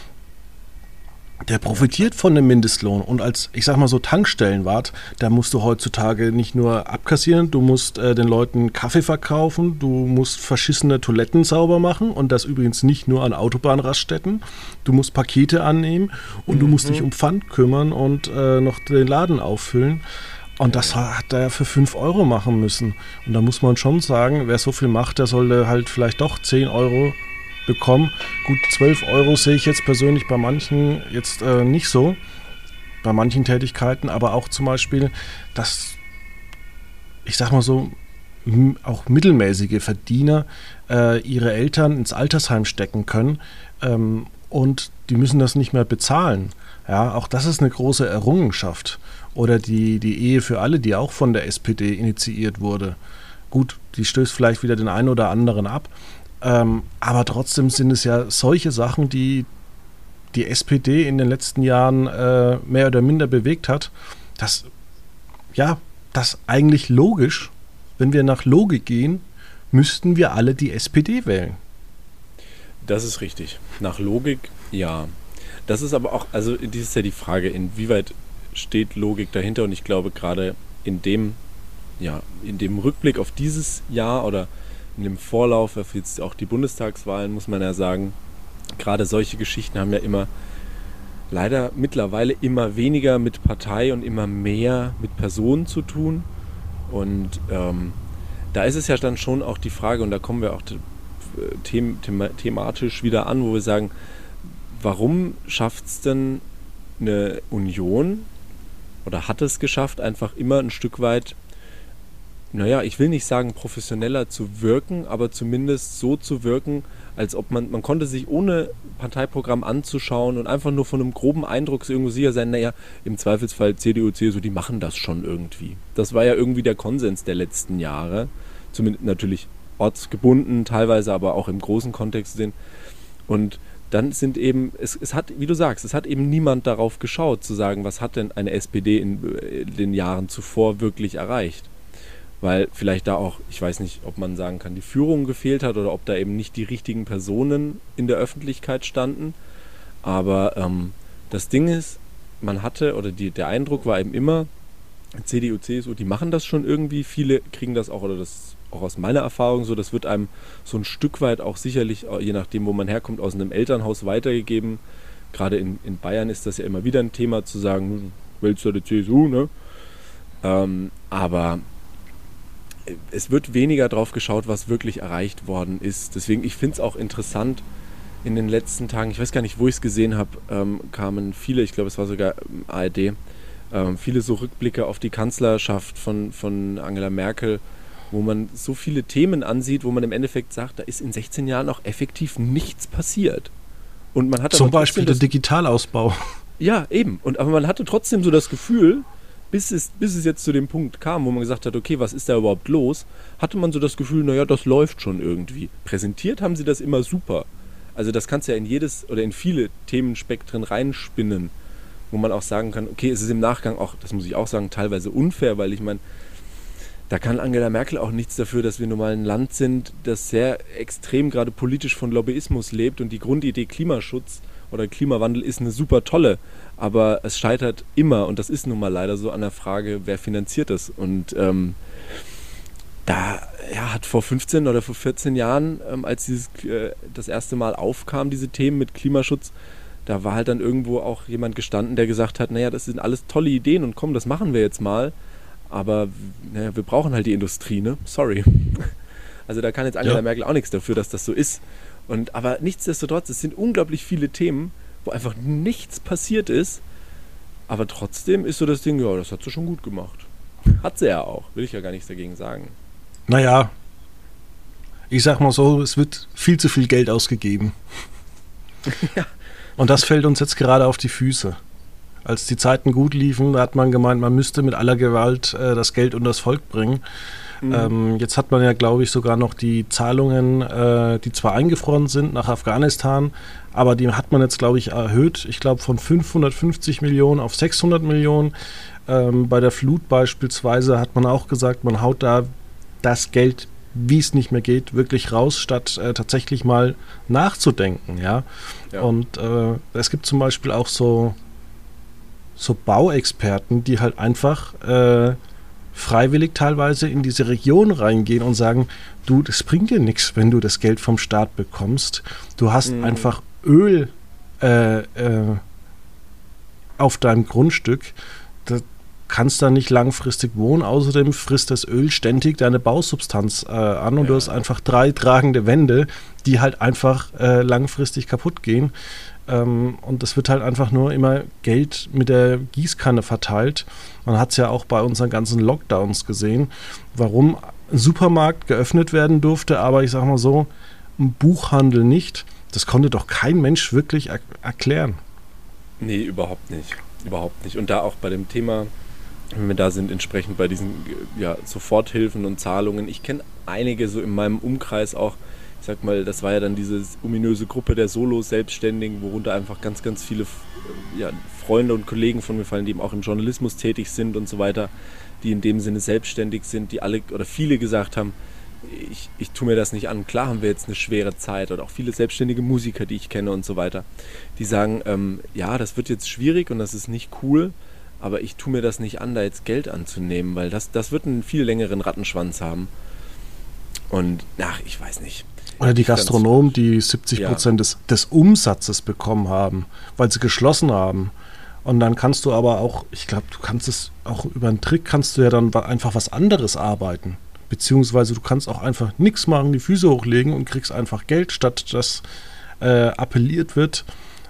Der profitiert von dem Mindestlohn und als, ich sag mal so, Tankstellenwart, da musst du heutzutage nicht nur abkassieren, du musst den Leuten Kaffee verkaufen, du musst verschissene Toiletten sauber machen und das übrigens nicht nur an Autobahnraststätten, du musst Pakete annehmen und du musst dich um Pfand kümmern und noch den Laden auffüllen. Und das hat er für 5 Euro machen müssen. Und da muss man schon sagen, wer so viel macht, der sollte halt vielleicht doch 10 Euro bekommen. Gut, 12 Euro sehe ich jetzt persönlich bei manchen jetzt nicht so, bei manchen Tätigkeiten, aber auch zum Beispiel, dass, ich sag mal so, auch mittelmäßige Verdiener ihre Eltern ins Altersheim stecken können und die müssen das nicht mehr bezahlen. Ja, auch das ist eine große Errungenschaft. Oder die Ehe für alle, die auch von der SPD initiiert wurde. Gut, die stößt vielleicht wieder den einen oder anderen ab. Aber trotzdem sind es ja solche Sachen, die die SPD in den letzten Jahren mehr oder minder bewegt hat, dass das eigentlich logisch, wenn wir nach Logik gehen, müssten wir alle die SPD wählen. Das ist richtig. Nach Logik, ja. Das ist aber auch, also das ist ja die Frage, inwieweit steht Logik dahinter, und ich glaube gerade in dem Rückblick auf dieses Jahr oder in dem Vorlauf auf jetzt auch die Bundestagswahlen, muss man ja sagen, gerade solche Geschichten haben ja immer leider mittlerweile immer weniger mit Partei und immer mehr mit Personen zu tun. Und da ist es ja dann schon auch die Frage, und da kommen wir auch thematisch wieder an, wo wir sagen, warum schafft es denn eine Union oder hat es geschafft, einfach immer ein Stück weit, naja, ich will nicht sagen professioneller zu wirken, aber zumindest so zu wirken, als ob man konnte sich ohne Parteiprogramm anzuschauen und einfach nur von einem groben Eindruck irgendwo sicher sein, naja, im Zweifelsfall CDU, CSU, die machen das schon irgendwie. Das war ja irgendwie der Konsens der letzten Jahre, zumindest natürlich ortsgebunden, teilweise aber auch im großen Kontext sehen. Und dann sind eben, es hat, wie du sagst, es hat eben niemand darauf geschaut, zu sagen, was hat denn eine SPD in den Jahren zuvor wirklich erreicht. Weil vielleicht da auch, ich weiß nicht, ob man sagen kann, die Führung gefehlt hat oder ob da eben nicht die richtigen Personen in der Öffentlichkeit standen. Aber das Ding ist, man hatte, oder der Eindruck war eben immer, CDU, CSU, die machen das schon irgendwie, viele kriegen das auch, oder das ist auch aus meiner Erfahrung so, das wird einem so ein Stück weit auch sicherlich, je nachdem, wo man herkommt, aus einem Elternhaus weitergegeben. Gerade in Bayern ist das ja immer wieder ein Thema, zu sagen, wählst du die CSU, ne? Aber es wird weniger drauf geschaut, was wirklich erreicht worden ist. Deswegen, ich finde es auch interessant, in den letzten Tagen, ich weiß gar nicht, wo ich es gesehen habe, kamen viele, ich glaube, es war sogar ARD, viele so Rückblicke auf die Kanzlerschaft von Angela Merkel, wo man so viele Themen ansieht, wo man im Endeffekt sagt, da ist in 16 Jahren auch effektiv nichts passiert. Und man hat zum Beispiel der Digitalausbau. Ja, eben. Aber man hatte trotzdem so das Gefühl, bis es jetzt zu dem Punkt kam, wo man gesagt hat, okay, was ist da überhaupt los, hatte man so das Gefühl, naja, das läuft schon irgendwie. Präsentiert haben sie das immer super. Also das kannst du ja in jedes oder in viele Themenspektren reinspinnen, wo man auch sagen kann, okay, es ist im Nachgang auch, das muss ich auch sagen, teilweise unfair, weil ich meine, da kann Angela Merkel auch nichts dafür, dass wir nun mal ein Land sind, das sehr extrem gerade politisch von Lobbyismus lebt und die Grundidee Klimaschutz oder Klimawandel ist eine super tolle, aber es scheitert immer, und das ist nun mal leider so, an der Frage, wer finanziert das? Und da hat vor 15 oder vor 14 Jahren, als das erste Mal aufkam, diese Themen mit Klimaschutz, da war halt dann irgendwo auch jemand gestanden, der gesagt hat, naja, das sind alles tolle Ideen und komm, das machen wir jetzt mal. Aber naja, wir brauchen halt die Industrie, ne? Sorry. Also da kann jetzt Angela Merkel auch nichts dafür, dass das so ist. Aber nichtsdestotrotz, es sind unglaublich viele Themen, wo einfach nichts passiert ist. Aber trotzdem ist so das Ding, ja, das hat sie schon gut gemacht. Hat sie ja auch, will ich ja gar nichts dagegen sagen. Naja, ich sag mal so, es wird viel zu viel Geld ausgegeben. Ja. Und das fällt uns jetzt gerade auf die Füße. Als die Zeiten gut liefen, da hat man gemeint, man müsste mit aller Gewalt das Geld unter das Volk bringen. Jetzt hat man ja, glaube ich, sogar noch die Zahlungen, die zwar eingefroren sind nach Afghanistan, aber die hat man jetzt, glaube ich, erhöht. Ich glaube, von 550 Millionen auf 600 Millionen. Bei der Flut beispielsweise hat man auch gesagt, man haut da das Geld, wie es nicht mehr geht, wirklich raus, statt tatsächlich mal nachzudenken. Ja? Und es gibt zum Beispiel auch so Bauexperten, die halt einfach freiwillig teilweise in diese Region reingehen und sagen, du, das bringt dir nichts, wenn du das Geld vom Staat bekommst. Du hast einfach Öl auf deinem Grundstück. Da kannst da nicht langfristig wohnen. Außerdem frisst das Öl ständig deine Bausubstanz an und du hast einfach 3 tragende Wände, die halt einfach langfristig kaputt gehen. Und es wird halt einfach nur immer Geld mit der Gießkanne verteilt. Man hat es ja auch bei unseren ganzen Lockdowns gesehen, warum ein Supermarkt geöffnet werden durfte, aber ich sag mal so, ein Buchhandel nicht. Das konnte doch kein Mensch wirklich erklären. Nee, überhaupt nicht. Überhaupt nicht. Und da auch bei dem Thema, wenn wir da sind, entsprechend bei diesen Soforthilfen und Zahlungen. Ich kenne einige so in meinem Umkreis auch. Ich sag mal, das war ja dann diese ominöse Gruppe der Solo-Selbstständigen, worunter einfach ganz, ganz viele Freunde und Kollegen von mir fallen, die eben auch im Journalismus tätig sind und so weiter, die in dem Sinne selbstständig sind, die alle oder viele gesagt haben, ich tue mir das nicht an. Klar haben wir jetzt eine schwere Zeit, oder auch viele selbstständige Musiker, die ich kenne und so weiter, die sagen, das wird jetzt schwierig und das ist nicht cool, aber ich tue mir das nicht an, da jetzt Geld anzunehmen, weil das wird einen viel längeren Rattenschwanz haben. Und, ich weiß nicht. Oder die Gastronomen, die 70% des Umsatzes bekommen haben, weil sie geschlossen haben. Und dann kannst du aber auch, ich glaube, du kannst es auch über einen Trick, kannst du ja dann einfach was anderes arbeiten. Beziehungsweise du kannst auch einfach nichts machen, die Füße hochlegen und kriegst einfach Geld, statt dass appelliert wird,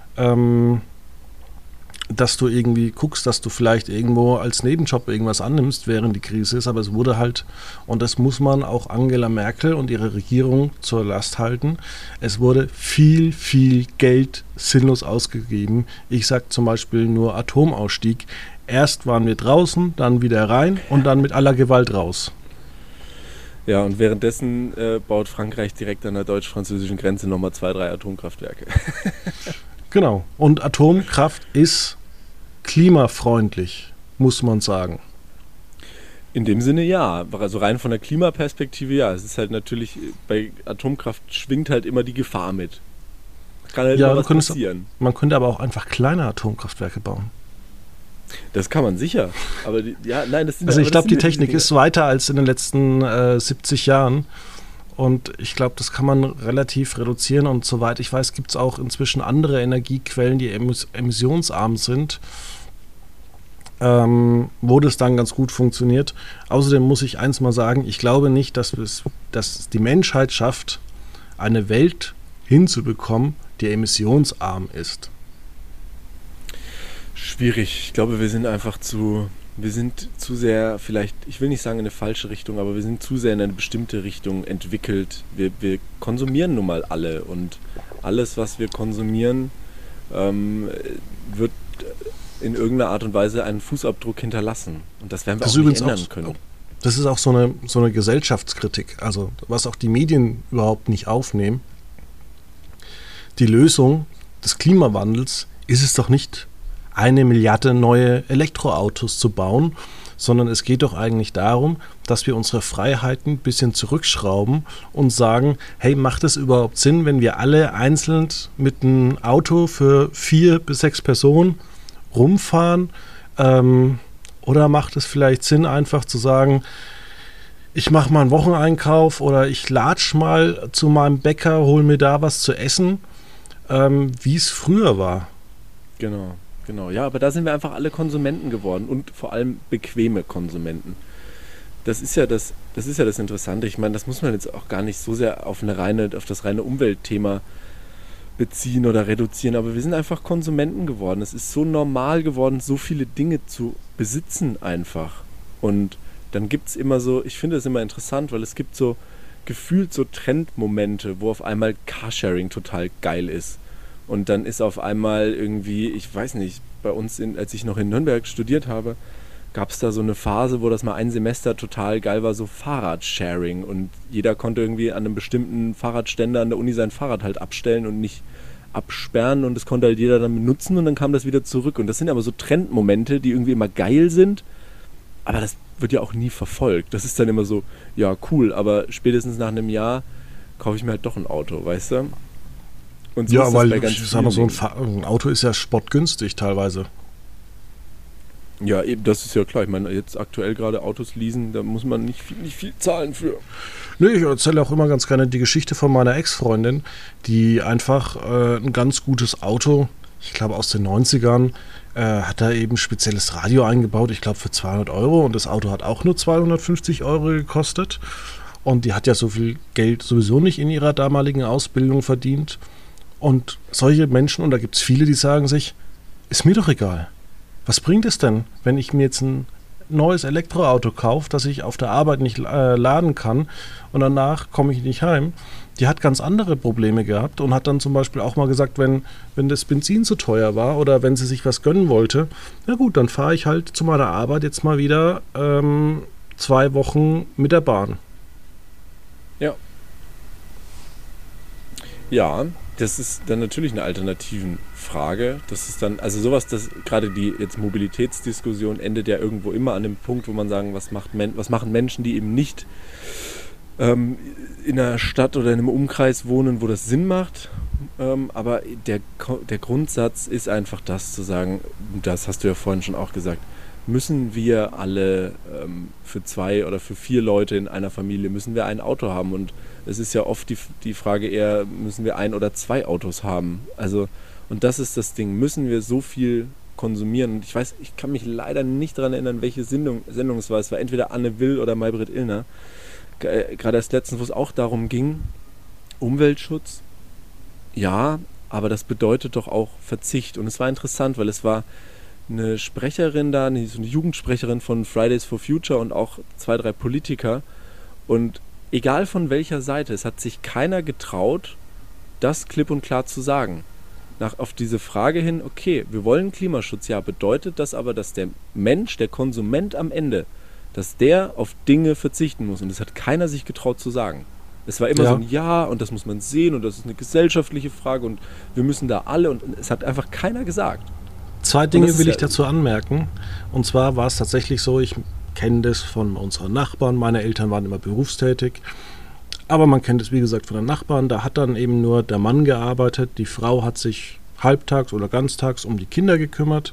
dass du irgendwie guckst, dass du vielleicht irgendwo als Nebenjob irgendwas annimmst, während die Krise ist. Aber es wurde halt, und das muss man auch Angela Merkel und ihre Regierung zur Last halten, es wurde viel, viel Geld sinnlos ausgegeben. Ich sage zum Beispiel nur Atomausstieg. Erst waren wir draußen, dann wieder rein und dann mit aller Gewalt raus. Ja, und währenddessen baut Frankreich direkt an der deutsch-französischen Grenze nochmal 2, 3 Atomkraftwerke. Genau. Und Atomkraft ist klimafreundlich, muss man sagen. In dem Sinne ja, also rein von der Klimaperspektive ja. Es ist halt natürlich, bei Atomkraft schwingt halt immer die Gefahr mit. Kann halt immer was passieren. Man könnte aber auch einfach kleine Atomkraftwerke bauen. Das kann man sicher. Aber ich glaube, die Technik ist weiter als in den letzten 70 Jahren. Und ich glaube, das kann man relativ reduzieren. Und soweit ich weiß, gibt es auch inzwischen andere Energiequellen, die emissionsarm sind, wo das dann ganz gut funktioniert. Außerdem muss ich eins mal sagen, ich glaube nicht, dass es die Menschheit schafft, eine Welt hinzubekommen, die emissionsarm ist. Schwierig. Ich glaube, wir sind zu sehr, vielleicht, ich will nicht sagen in eine falsche Richtung, aber wir sind zu sehr in eine bestimmte Richtung entwickelt. Wir konsumieren nun mal alle und alles, was wir konsumieren, wird in irgendeiner Art und Weise einen Fußabdruck hinterlassen. Und das werden wir auch nicht ändern können. Das ist auch so eine Gesellschaftskritik, also was auch die Medien überhaupt nicht aufnehmen. die Lösung des Klimawandels ist es doch nicht, 1 Milliarde neue Elektroautos zu bauen, sondern es geht doch eigentlich darum, dass wir unsere Freiheiten ein bisschen zurückschrauben und sagen, hey, macht es überhaupt Sinn, wenn wir alle einzeln mit einem Auto für 4 bis 6 Personen rumfahren? Oder macht es vielleicht Sinn, einfach zu sagen, ich mache mal einen Wocheneinkauf oder ich latsch mal zu meinem Bäcker, hole mir da was zu essen, wie es früher war. Genau. Ja, aber da sind wir einfach alle Konsumenten geworden und vor allem bequeme Konsumenten. Das ist ja das Interessante. Ich meine, das muss man jetzt auch gar nicht so sehr auf das reine Umweltthema beziehen oder reduzieren, aber wir sind einfach Konsumenten geworden. Es ist so normal geworden, so viele Dinge zu besitzen einfach. Und dann gibt es immer so, ich finde das immer interessant, weil es gibt so gefühlt so Trendmomente, wo auf einmal Carsharing total geil ist. Und dann ist auf einmal irgendwie, ich weiß nicht, bei uns, als ich noch in Nürnberg studiert habe, gab es da so eine Phase, wo das mal ein Semester total geil war, so Fahrradsharing. Und jeder konnte irgendwie an einem bestimmten Fahrradständer an der Uni sein Fahrrad halt abstellen und nicht absperren. Und das konnte halt jeder dann benutzen und dann kam das wieder zurück. Und das sind aber so Trendmomente, die irgendwie immer geil sind, aber das wird ja auch nie verfolgt. Das ist dann immer so, ja cool, aber spätestens nach einem Jahr kaufe ich mir halt doch ein Auto, weißt du? Und so ja, weil ich sag mal, so ein Auto ist ja spottgünstig teilweise. Ja, eben, das ist ja klar. Ich meine, jetzt aktuell gerade Autos leasen, da muss man nicht viel zahlen für. Nee, ich erzähle auch immer ganz gerne die Geschichte von meiner Ex-Freundin, die einfach ein ganz gutes Auto, ich glaube aus den 90ern, hat da eben spezielles Radio eingebaut, ich glaube für 200 Euro, und das Auto hat auch nur 250 Euro gekostet. Und die hat ja so viel Geld sowieso nicht in ihrer damaligen Ausbildung verdient. Und solche Menschen, und da gibt es viele, die sagen sich, ist mir doch egal. Was bringt es denn, wenn ich mir jetzt ein neues Elektroauto kaufe, das ich auf der Arbeit nicht laden kann und danach komme ich nicht heim? Die hat ganz andere Probleme gehabt und hat dann zum Beispiel auch mal gesagt, wenn das Benzin zu teuer war oder wenn sie sich was gönnen wollte, na gut, dann fahre ich halt zu meiner Arbeit jetzt mal wieder 2 Wochen mit der Bahn. Ja. Ja, das ist dann natürlich eine alternativen Frage. Das ist dann, also sowas, das gerade die jetzt Mobilitätsdiskussion endet ja irgendwo immer an dem Punkt, wo man sagen, was machen Menschen, die eben nicht in einer Stadt oder in einem Umkreis wohnen, wo das Sinn macht. Aber der Grundsatz ist einfach das zu sagen, das hast du ja vorhin schon auch gesagt, müssen wir alle für 2 oder für 4 Leute in einer Familie, müssen wir ein Auto haben? Und es ist ja oft die Frage eher, müssen wir 1 oder 2 Autos haben? Also, und das ist das Ding, müssen wir so viel konsumieren? Und ich kann mich leider nicht daran erinnern, welche Sendung es war. Es war entweder Anne Will oder Maybrit Illner. Gerade erst letztens, wo es auch darum ging, Umweltschutz, ja, aber das bedeutet doch auch Verzicht. Und es war interessant, weil es war eine Sprecherin da, so eine Jugendsprecherin von Fridays for Future und auch 2, 3 Politiker. Und egal von welcher Seite, es hat sich keiner getraut, das klipp und klar zu sagen. Auf diese Frage hin, okay, wir wollen Klimaschutz, ja, bedeutet das aber, dass der Mensch, der Konsument am Ende, dass der auf Dinge verzichten muss. Und das hat keiner sich getraut zu sagen. Es war immer so ein Ja und das muss man sehen und das ist eine gesellschaftliche Frage und wir müssen da alle, und es hat einfach keiner gesagt. 2 Dinge will ich dazu anmerken. Und zwar war es tatsächlich so, ich kenne das von unseren Nachbarn. Meine Eltern waren immer berufstätig. Aber man kennt es, wie gesagt, von den Nachbarn. Da hat dann eben nur der Mann gearbeitet. Die Frau hat sich halbtags oder ganztags um die Kinder gekümmert.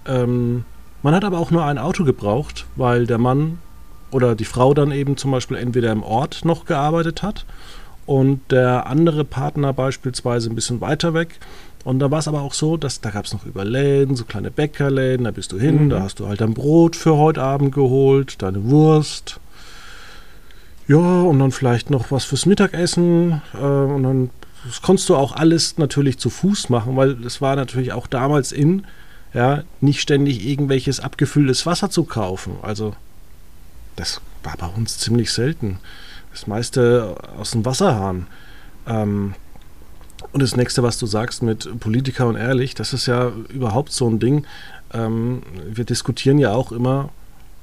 Man hat aber auch nur ein Auto gebraucht, weil der Mann oder die Frau dann eben zum Beispiel entweder im Ort noch gearbeitet hat und der andere Partner beispielsweise ein bisschen weiter weg. Und da war es aber auch so, dass da gab es noch Überläden, so kleine Bäckerläden, da bist du hin, da hast du halt dein Brot für heute Abend geholt, deine Wurst. Ja, und dann vielleicht noch was fürs Mittagessen. Und dann das konntest du auch alles natürlich zu Fuß machen, weil es war natürlich auch damals nicht ständig irgendwelches abgefülltes Wasser zu kaufen. Also das war bei uns ziemlich selten. Das meiste aus dem Wasserhahn. Und das nächste, was du sagst mit Politiker und ehrlich, das ist ja überhaupt so ein Ding. Wir diskutieren ja auch immer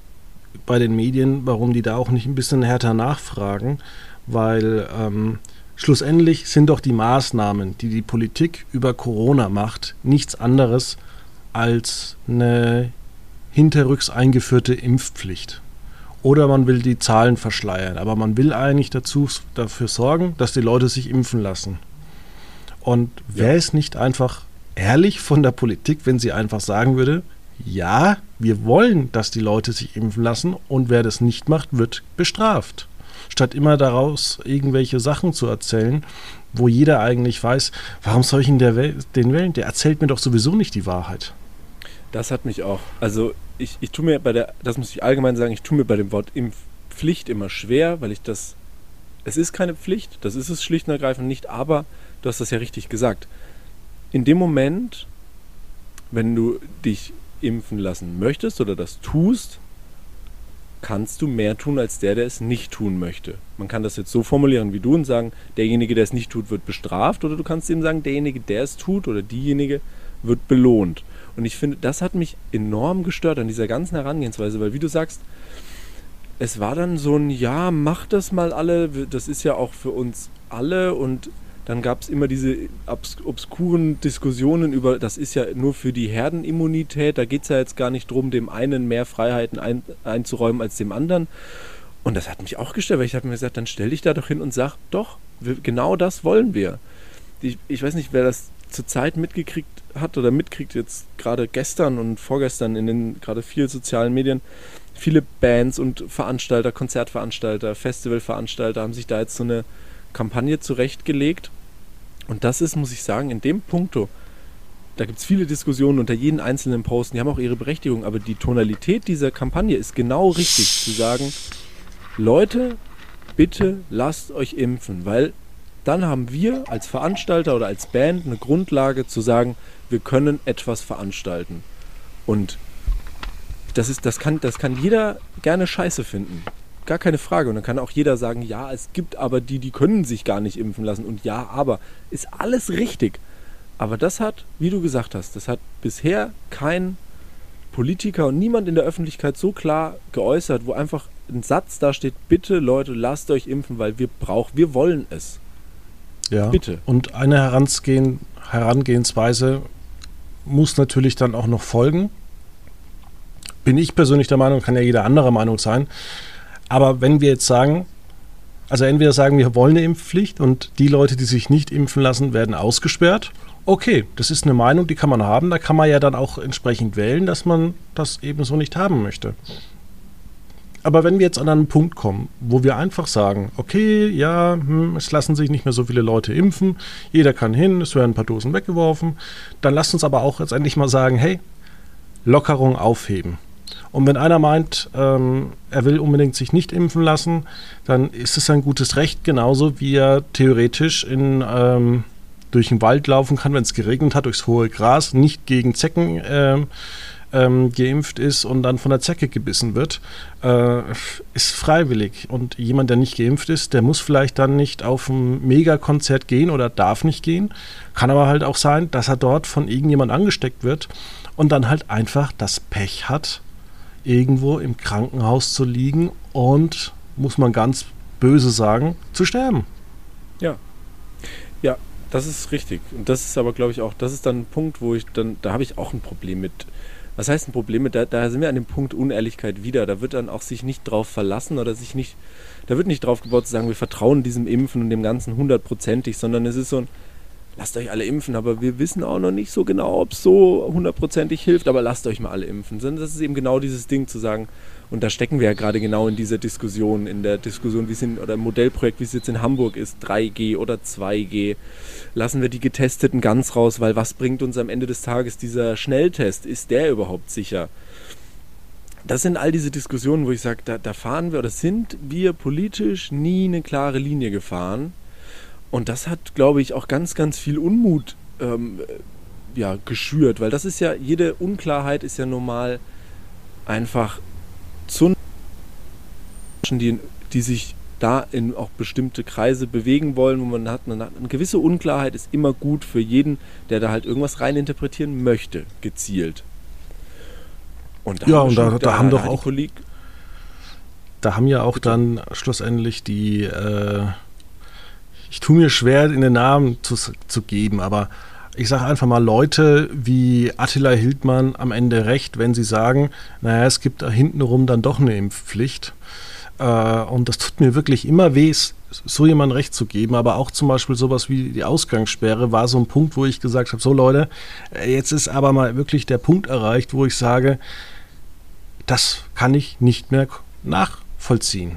bei den Medien, warum die da auch nicht ein bisschen härter nachfragen, weil schlussendlich sind doch die Maßnahmen, die die Politik über Corona macht, nichts anderes als eine hinterrücks eingeführte Impfpflicht. Oder man will die Zahlen verschleiern, aber man will eigentlich dafür sorgen, dass die Leute sich impfen lassen. Und wäre es nicht einfach ehrlich von der Politik, wenn sie einfach sagen würde, ja, wir wollen, dass die Leute sich impfen lassen und wer das nicht macht, wird bestraft. Statt immer daraus irgendwelche Sachen zu erzählen, wo jeder eigentlich weiß, warum soll ich den wählen? Der erzählt mir doch sowieso nicht die Wahrheit. Das hat mich auch, also ich tue mir das muss ich allgemein sagen, ich tue mir bei dem Wort Impfpflicht immer schwer, weil es ist keine Pflicht, das ist es schlicht und ergreifend nicht, aber du hast das ja richtig gesagt. In dem Moment, wenn du dich impfen lassen möchtest oder das tust, kannst du mehr tun als der es nicht tun möchte. Man kann das jetzt so formulieren wie du und sagen, derjenige, der es nicht tut, wird bestraft, oder du kannst eben sagen, derjenige, der es tut oder diejenige wird belohnt. Und ich finde, das hat mich enorm gestört an dieser ganzen Herangehensweise, weil wie du sagst, es war dann so ein, ja, macht das mal alle, das ist ja auch für uns alle, und dann gab es immer diese obskuren Diskussionen über, das ist ja nur für die Herdenimmunität, da geht es ja jetzt gar nicht darum, dem einen mehr Freiheiten einzuräumen als dem anderen. Und das hat mich auch gestört, weil ich habe mir gesagt, dann stell dich da doch hin und sag, doch, genau das wollen wir. Ich weiß nicht, wer das zurzeit mitgekriegt hat oder mitkriegt, jetzt gerade gestern und vorgestern in den gerade vielen sozialen Medien, viele Bands und Veranstalter, Konzertveranstalter, Festivalveranstalter haben sich da jetzt so eine Kampagne zurechtgelegt. Und das ist, muss ich sagen, in dem Punkto, da gibt es viele Diskussionen unter jeden einzelnen Posten, die haben auch ihre Berechtigung, aber die Tonalität dieser Kampagne ist genau richtig, zu sagen, Leute, bitte lasst euch impfen, weil dann haben wir als Veranstalter oder als Band eine Grundlage zu sagen, wir können etwas veranstalten. Und das kann jeder gerne scheiße finden. Gar keine Frage. Und dann kann auch jeder sagen, ja, es gibt aber die können sich gar nicht impfen lassen. Und ja, aber ist alles richtig. Aber das hat, wie du gesagt hast, das hat bisher kein Politiker und niemand in der Öffentlichkeit so klar geäußert, wo einfach ein Satz da steht, bitte Leute, lasst euch impfen, weil wir wollen es. Ja, bitte. Und eine Herangehensweise muss natürlich dann auch noch folgen. Bin ich persönlich der Meinung, kann ja jeder anderer Meinung sein. Aber wenn wir jetzt sagen, also entweder sagen wir wollen eine Impfpflicht und die Leute, die sich nicht impfen lassen, werden ausgesperrt. Okay, das ist eine Meinung, die kann man haben. Da kann man ja dann auch entsprechend wählen, dass man das ebenso nicht haben möchte. Aber wenn wir jetzt an einen Punkt kommen, wo wir einfach sagen, okay, ja, es lassen sich nicht mehr so viele Leute impfen, jeder kann hin, es werden ein paar Dosen weggeworfen, dann lasst uns aber auch jetzt endlich mal sagen, hey, Lockerung aufheben. Und wenn einer meint, er will unbedingt sich nicht impfen lassen, dann ist es ein gutes Recht, genauso wie er theoretisch durch den Wald laufen kann, wenn es geregnet hat, durchs hohe Gras, nicht gegen Zecken geimpft ist und dann von der Zecke gebissen wird, ist freiwillig. Und jemand, der nicht geimpft ist, der muss vielleicht dann nicht auf ein Megakonzert gehen oder darf nicht gehen. Kann aber halt auch sein, dass er dort von irgendjemand angesteckt wird und dann halt einfach das Pech hat, irgendwo im Krankenhaus zu liegen und, muss man ganz böse sagen, zu sterben. Ja, das ist richtig. Und das ist aber, glaube ich, auch, das ist dann ein Punkt, da habe ich auch ein Problem mit. Was heißt ein Problem mit? Da sind wir an dem Punkt Unehrlichkeit wieder. Da wird dann auch sich nicht drauf verlassen oder da wird nicht drauf gebaut zu sagen, wir vertrauen diesem Impfen und dem Ganzen 100%ig, sondern es ist so ein, lasst euch alle impfen, aber wir wissen auch noch nicht so genau, ob es so 100%ig hilft, aber lasst euch mal alle impfen. Das ist eben genau dieses Ding zu sagen, und da stecken wir ja gerade genau in dieser Diskussion, wie es oder im Modellprojekt, wie es jetzt in Hamburg ist, 3G oder 2G. Lassen wir die Getesteten ganz raus, weil was bringt uns am Ende des Tages dieser Schnelltest? Ist der überhaupt sicher? Das sind all diese Diskussionen, wo ich sage, da fahren wir oder sind wir politisch nie eine klare Linie gefahren. Und das hat, glaube ich, auch ganz, ganz viel Unmut geschürt, weil das ist ja, jede Unklarheit ist ja normal einfach zu Menschen, die sich da in auch bestimmte Kreise bewegen wollen, wo man hat eine gewisse Unklarheit, ist immer gut für jeden, der da halt irgendwas reininterpretieren möchte, gezielt. Und da haben doch auch da haben ja auch dann schlussendlich die ich tue mir schwer, in den Namen zu geben, aber ich sage einfach mal Leute wie Attila Hildmann am Ende recht, wenn sie sagen, naja, es gibt da hintenrum dann doch eine Impfpflicht. Und das tut mir wirklich immer weh, so jemandem recht zu geben, aber auch zum Beispiel sowas wie die Ausgangssperre war so ein Punkt, wo ich gesagt habe, so Leute, jetzt ist aber mal wirklich der Punkt erreicht, wo ich sage, das kann ich nicht mehr nachvollziehen.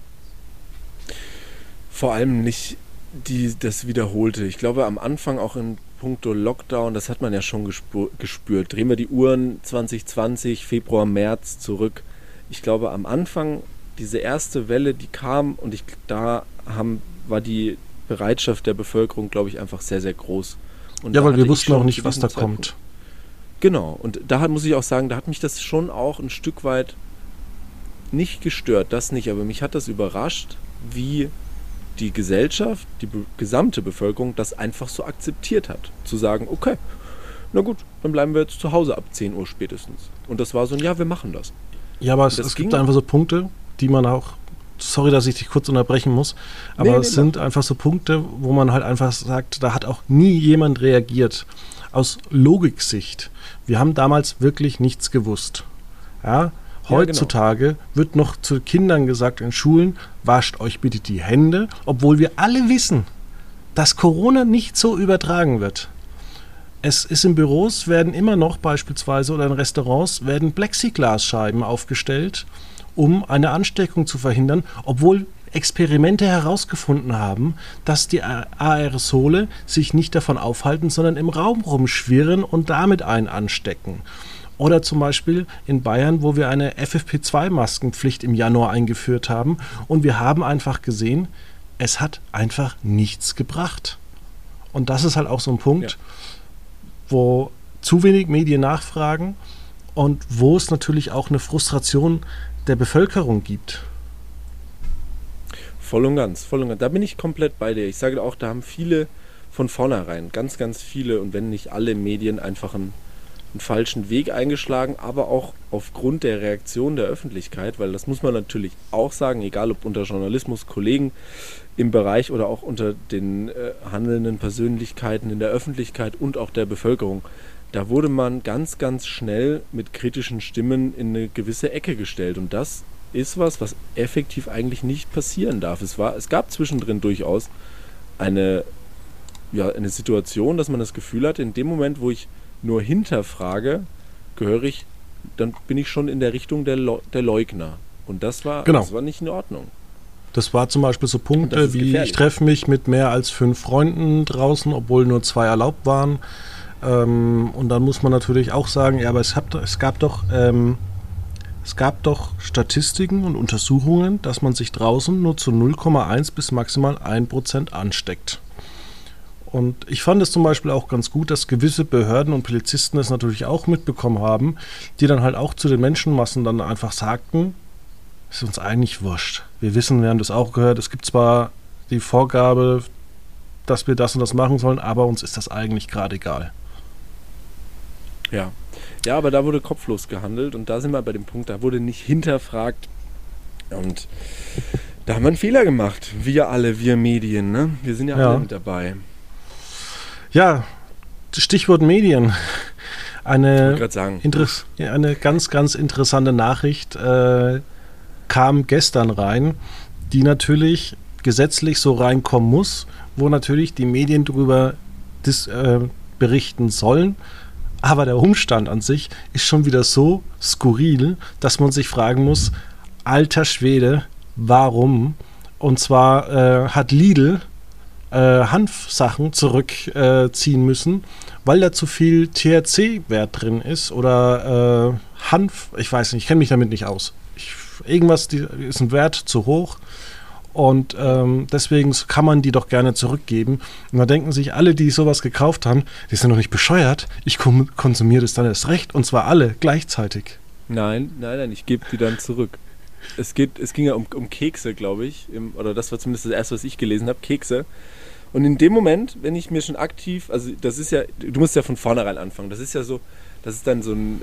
Vor allem nicht das Wiederholte. Ich glaube, am Anfang auch in puncto Lockdown, das hat man ja schon gespürt. Drehen wir die Uhren 2020, Februar, März zurück. Ich glaube, am Anfang diese erste Welle, die kam und war die Bereitschaft der Bevölkerung, glaube ich, einfach sehr, sehr groß. Und ja, weil wir wussten auch nicht, was da kommt. Genau, und da muss ich auch sagen, da hat mich das schon auch ein Stück weit nicht gestört, das nicht, aber mich hat das überrascht, wie die Gesellschaft, die gesamte Bevölkerung das einfach so akzeptiert hat. Zu sagen, okay, na gut, dann bleiben wir jetzt zu Hause ab 10 Uhr spätestens. Und das war so ein, ja, wir machen das. Ja, aber es gibt einfach so Punkte, die man auch, sorry, dass ich dich kurz unterbrechen muss, aber es sind einfach so Punkte, wo man halt einfach sagt, da hat auch nie jemand reagiert. Aus Logiksicht. Wir haben damals wirklich nichts gewusst. Ja, heutzutage wird noch zu Kindern gesagt in Schulen, wascht euch bitte die Hände, obwohl wir alle wissen, dass Corona nicht so übertragen wird. Es ist in Büros, werden immer noch beispielsweise oder in Restaurants werden Plexiglasscheiben aufgestellt, um eine Ansteckung zu verhindern, obwohl Experimente herausgefunden haben, dass die Aerosole sich nicht davon aufhalten, sondern im Raum rumschwirren und damit einen anstecken. Oder zum Beispiel in Bayern, wo wir eine FFP2-Maskenpflicht im Januar eingeführt haben und wir haben einfach gesehen, es hat einfach nichts gebracht. Und das ist halt auch so ein Punkt, wo zu wenig Medien nachfragen und wo es natürlich auch eine Frustration der Bevölkerung gibt. Voll und ganz, voll und ganz. Da bin ich komplett bei dir. Ich sage auch, da haben viele von vornherein, ganz, ganz viele und wenn nicht alle Medien einfach einen falschen Weg eingeschlagen, aber auch aufgrund der Reaktion der Öffentlichkeit, weil das muss man natürlich auch sagen, egal ob unter Journalismus, Kollegen im Bereich oder auch unter den handelnden Persönlichkeiten in der Öffentlichkeit und auch der Bevölkerung, da wurde man ganz, ganz schnell mit kritischen Stimmen in eine gewisse Ecke gestellt und das ist was effektiv eigentlich nicht passieren darf. Es gab zwischendrin durchaus eine Situation, dass man das Gefühl hatte, in dem Moment, wo ich nur hinterfrage, dann bin ich schon in der Richtung der Leugner. Und das war nicht in Ordnung. Das war zum Beispiel so Punkte wie, ich treffe mich mit mehr als 5 Freunden draußen, obwohl nur 2 erlaubt waren. Und dann muss man natürlich auch sagen, ja, aber es gab doch Statistiken und Untersuchungen, dass man sich draußen nur zu 0,1 bis maximal 1% ansteckt. Und ich fand es zum Beispiel auch ganz gut, dass gewisse Behörden und Polizisten es natürlich auch mitbekommen haben, die dann halt auch zu den Menschenmassen dann einfach sagten, ist uns eigentlich wurscht. Wir wissen, wir haben das auch gehört, es gibt zwar die Vorgabe, dass wir das und das machen sollen, aber uns ist das eigentlich gerade egal. Ja, aber da wurde kopflos gehandelt und da sind wir bei dem Punkt, da wurde nicht hinterfragt und da haben wir einen Fehler gemacht. Wir Medien, ne? Wir sind ja alle mit dabei. Ja, Stichwort Medien. Eine ganz, ganz interessante Nachricht kam gestern rein, die natürlich gesetzlich so reinkommen muss, wo natürlich die Medien darüber berichten sollen. Aber der Umstand an sich ist schon wieder so skurril, dass man sich fragen muss, alter Schwede, warum? Und zwar hat Lidl Hanfsachen zurückziehen müssen, weil da zu viel THC-Wert drin ist oder Hanf, ich weiß nicht, ich kenne mich damit nicht aus. Irgendwas ist ein Wert zu hoch und deswegen kann man die doch gerne zurückgeben. Und da denken sich alle, die sowas gekauft haben, die sind doch nicht bescheuert, ich konsumiere das dann erst recht und zwar alle gleichzeitig. Nein, ich gebe die dann zurück. Es ging ja um Kekse, glaube ich, oder das war zumindest das erste, was ich gelesen habe, Kekse. Und in dem Moment, wenn ich mir schon aktiv, also das ist ja, du musst ja von vornherein anfangen, das ist ja so, das ist dann so ein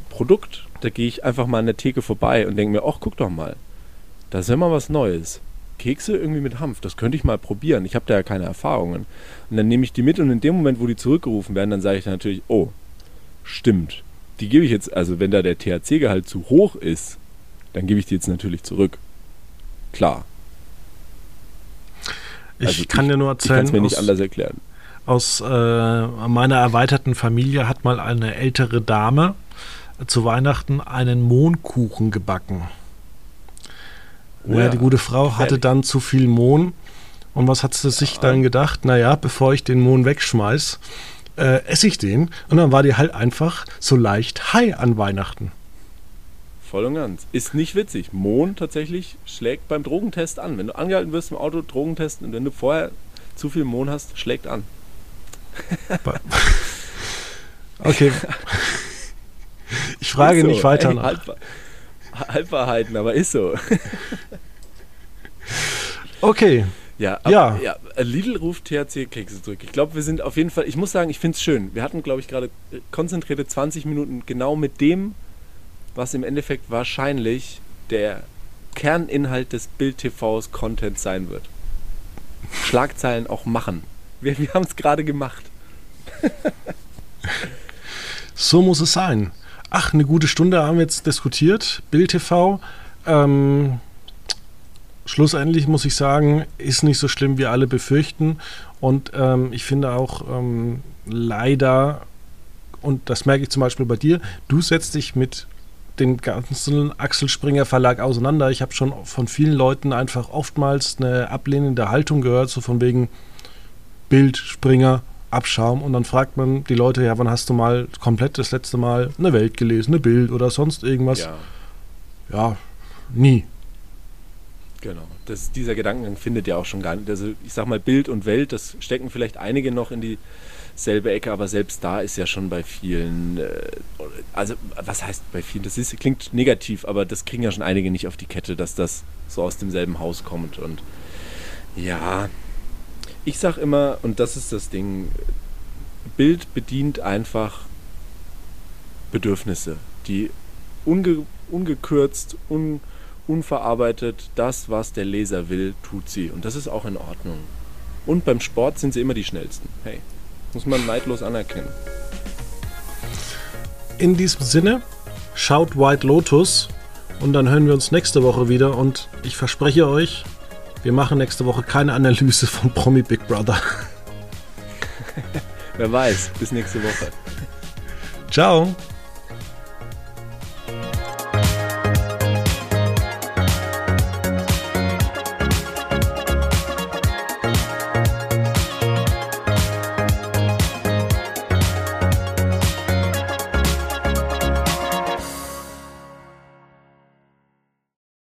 Produkt, da gehe ich einfach mal an der Theke vorbei und denke mir, ach, guck doch mal, das ist ja mal was Neues. Kekse irgendwie mit Hanf, das könnte ich mal probieren. Ich habe da ja keine Erfahrungen. Und dann nehme ich die mit und in dem Moment, wo die zurückgerufen werden, dann sage ich dann natürlich, oh, stimmt. Die gebe ich jetzt, also wenn da der THC-Gehalt zu hoch ist, dann gebe ich die jetzt natürlich zurück. Klar. Ich kann dir nur erzählen, ich kann es mir nicht anders erklären. Aus meiner erweiterten Familie hat mal eine ältere Dame zu Weihnachten einen Mohnkuchen gebacken. Die gute Frau hatte dann zu viel Mohn. Und was hat sie sich dann gedacht? Naja, bevor ich den Mohn wegschmeiß, esse ich den. Und dann war die halt einfach so leicht high an Weihnachten. Voll und ganz. Ist nicht witzig. Mohn tatsächlich schlägt beim Drogentest an. Wenn du angehalten wirst im Auto, Drogentest, und wenn du vorher zu viel Mohn hast, schlägt an. Okay. Ich frage so, nicht weiter nach. Halbwahrheiten, aber ist so. Okay. Ja, Lidl ruft THC-Kekse zurück. Ich glaube, wir sind auf jeden Fall, ich muss sagen, ich finde es schön. Wir hatten, glaube ich, gerade konzentrierte 20 Minuten genau mit dem, was im Endeffekt wahrscheinlich der Kerninhalt des Bild-TVs Content sein wird. Schlagzeilen auch machen. Wir haben es gerade gemacht. So muss es sein. Ach, eine gute Stunde haben wir jetzt diskutiert. Bild TV. Schlussendlich muss ich sagen, ist nicht so schlimm, wie alle befürchten. Und ich finde auch leider, und das merke ich zum Beispiel bei dir, du setzt dich mit den ganzen Axel Springer Verlag auseinander. Ich habe schon von vielen Leuten einfach oftmals eine ablehnende Haltung gehört, so von wegen Bild, Springer, Abschaum. Und dann fragt man die Leute, ja, wann hast du mal komplett das letzte Mal eine Welt gelesen, eine Bild oder sonst irgendwas? Ja, nie. Genau, dieser Gedankengang findet ja auch schon gar nicht. Also ich sag mal, Bild und Welt, das stecken vielleicht einige noch in dieselbe Ecke, aber selbst da ist ja schon bei vielen, also was heißt bei vielen, klingt negativ, aber das kriegen ja schon einige nicht auf die Kette, dass das so aus demselben Haus kommt. Und ja, ich sag immer, und das ist das Ding, Bild bedient einfach Bedürfnisse, die ungekürzt, unverarbeitet, das, was der Leser will, tut sie. Und das ist auch in Ordnung. Und beim Sport sind sie immer die schnellsten. Hey, muss man neidlos anerkennen. In diesem Sinne, schaut White Lotus und dann hören wir uns nächste Woche wieder. Und ich verspreche euch, wir machen nächste Woche keine Analyse von Promi Big Brother. Wer weiß, bis nächste Woche. Ciao.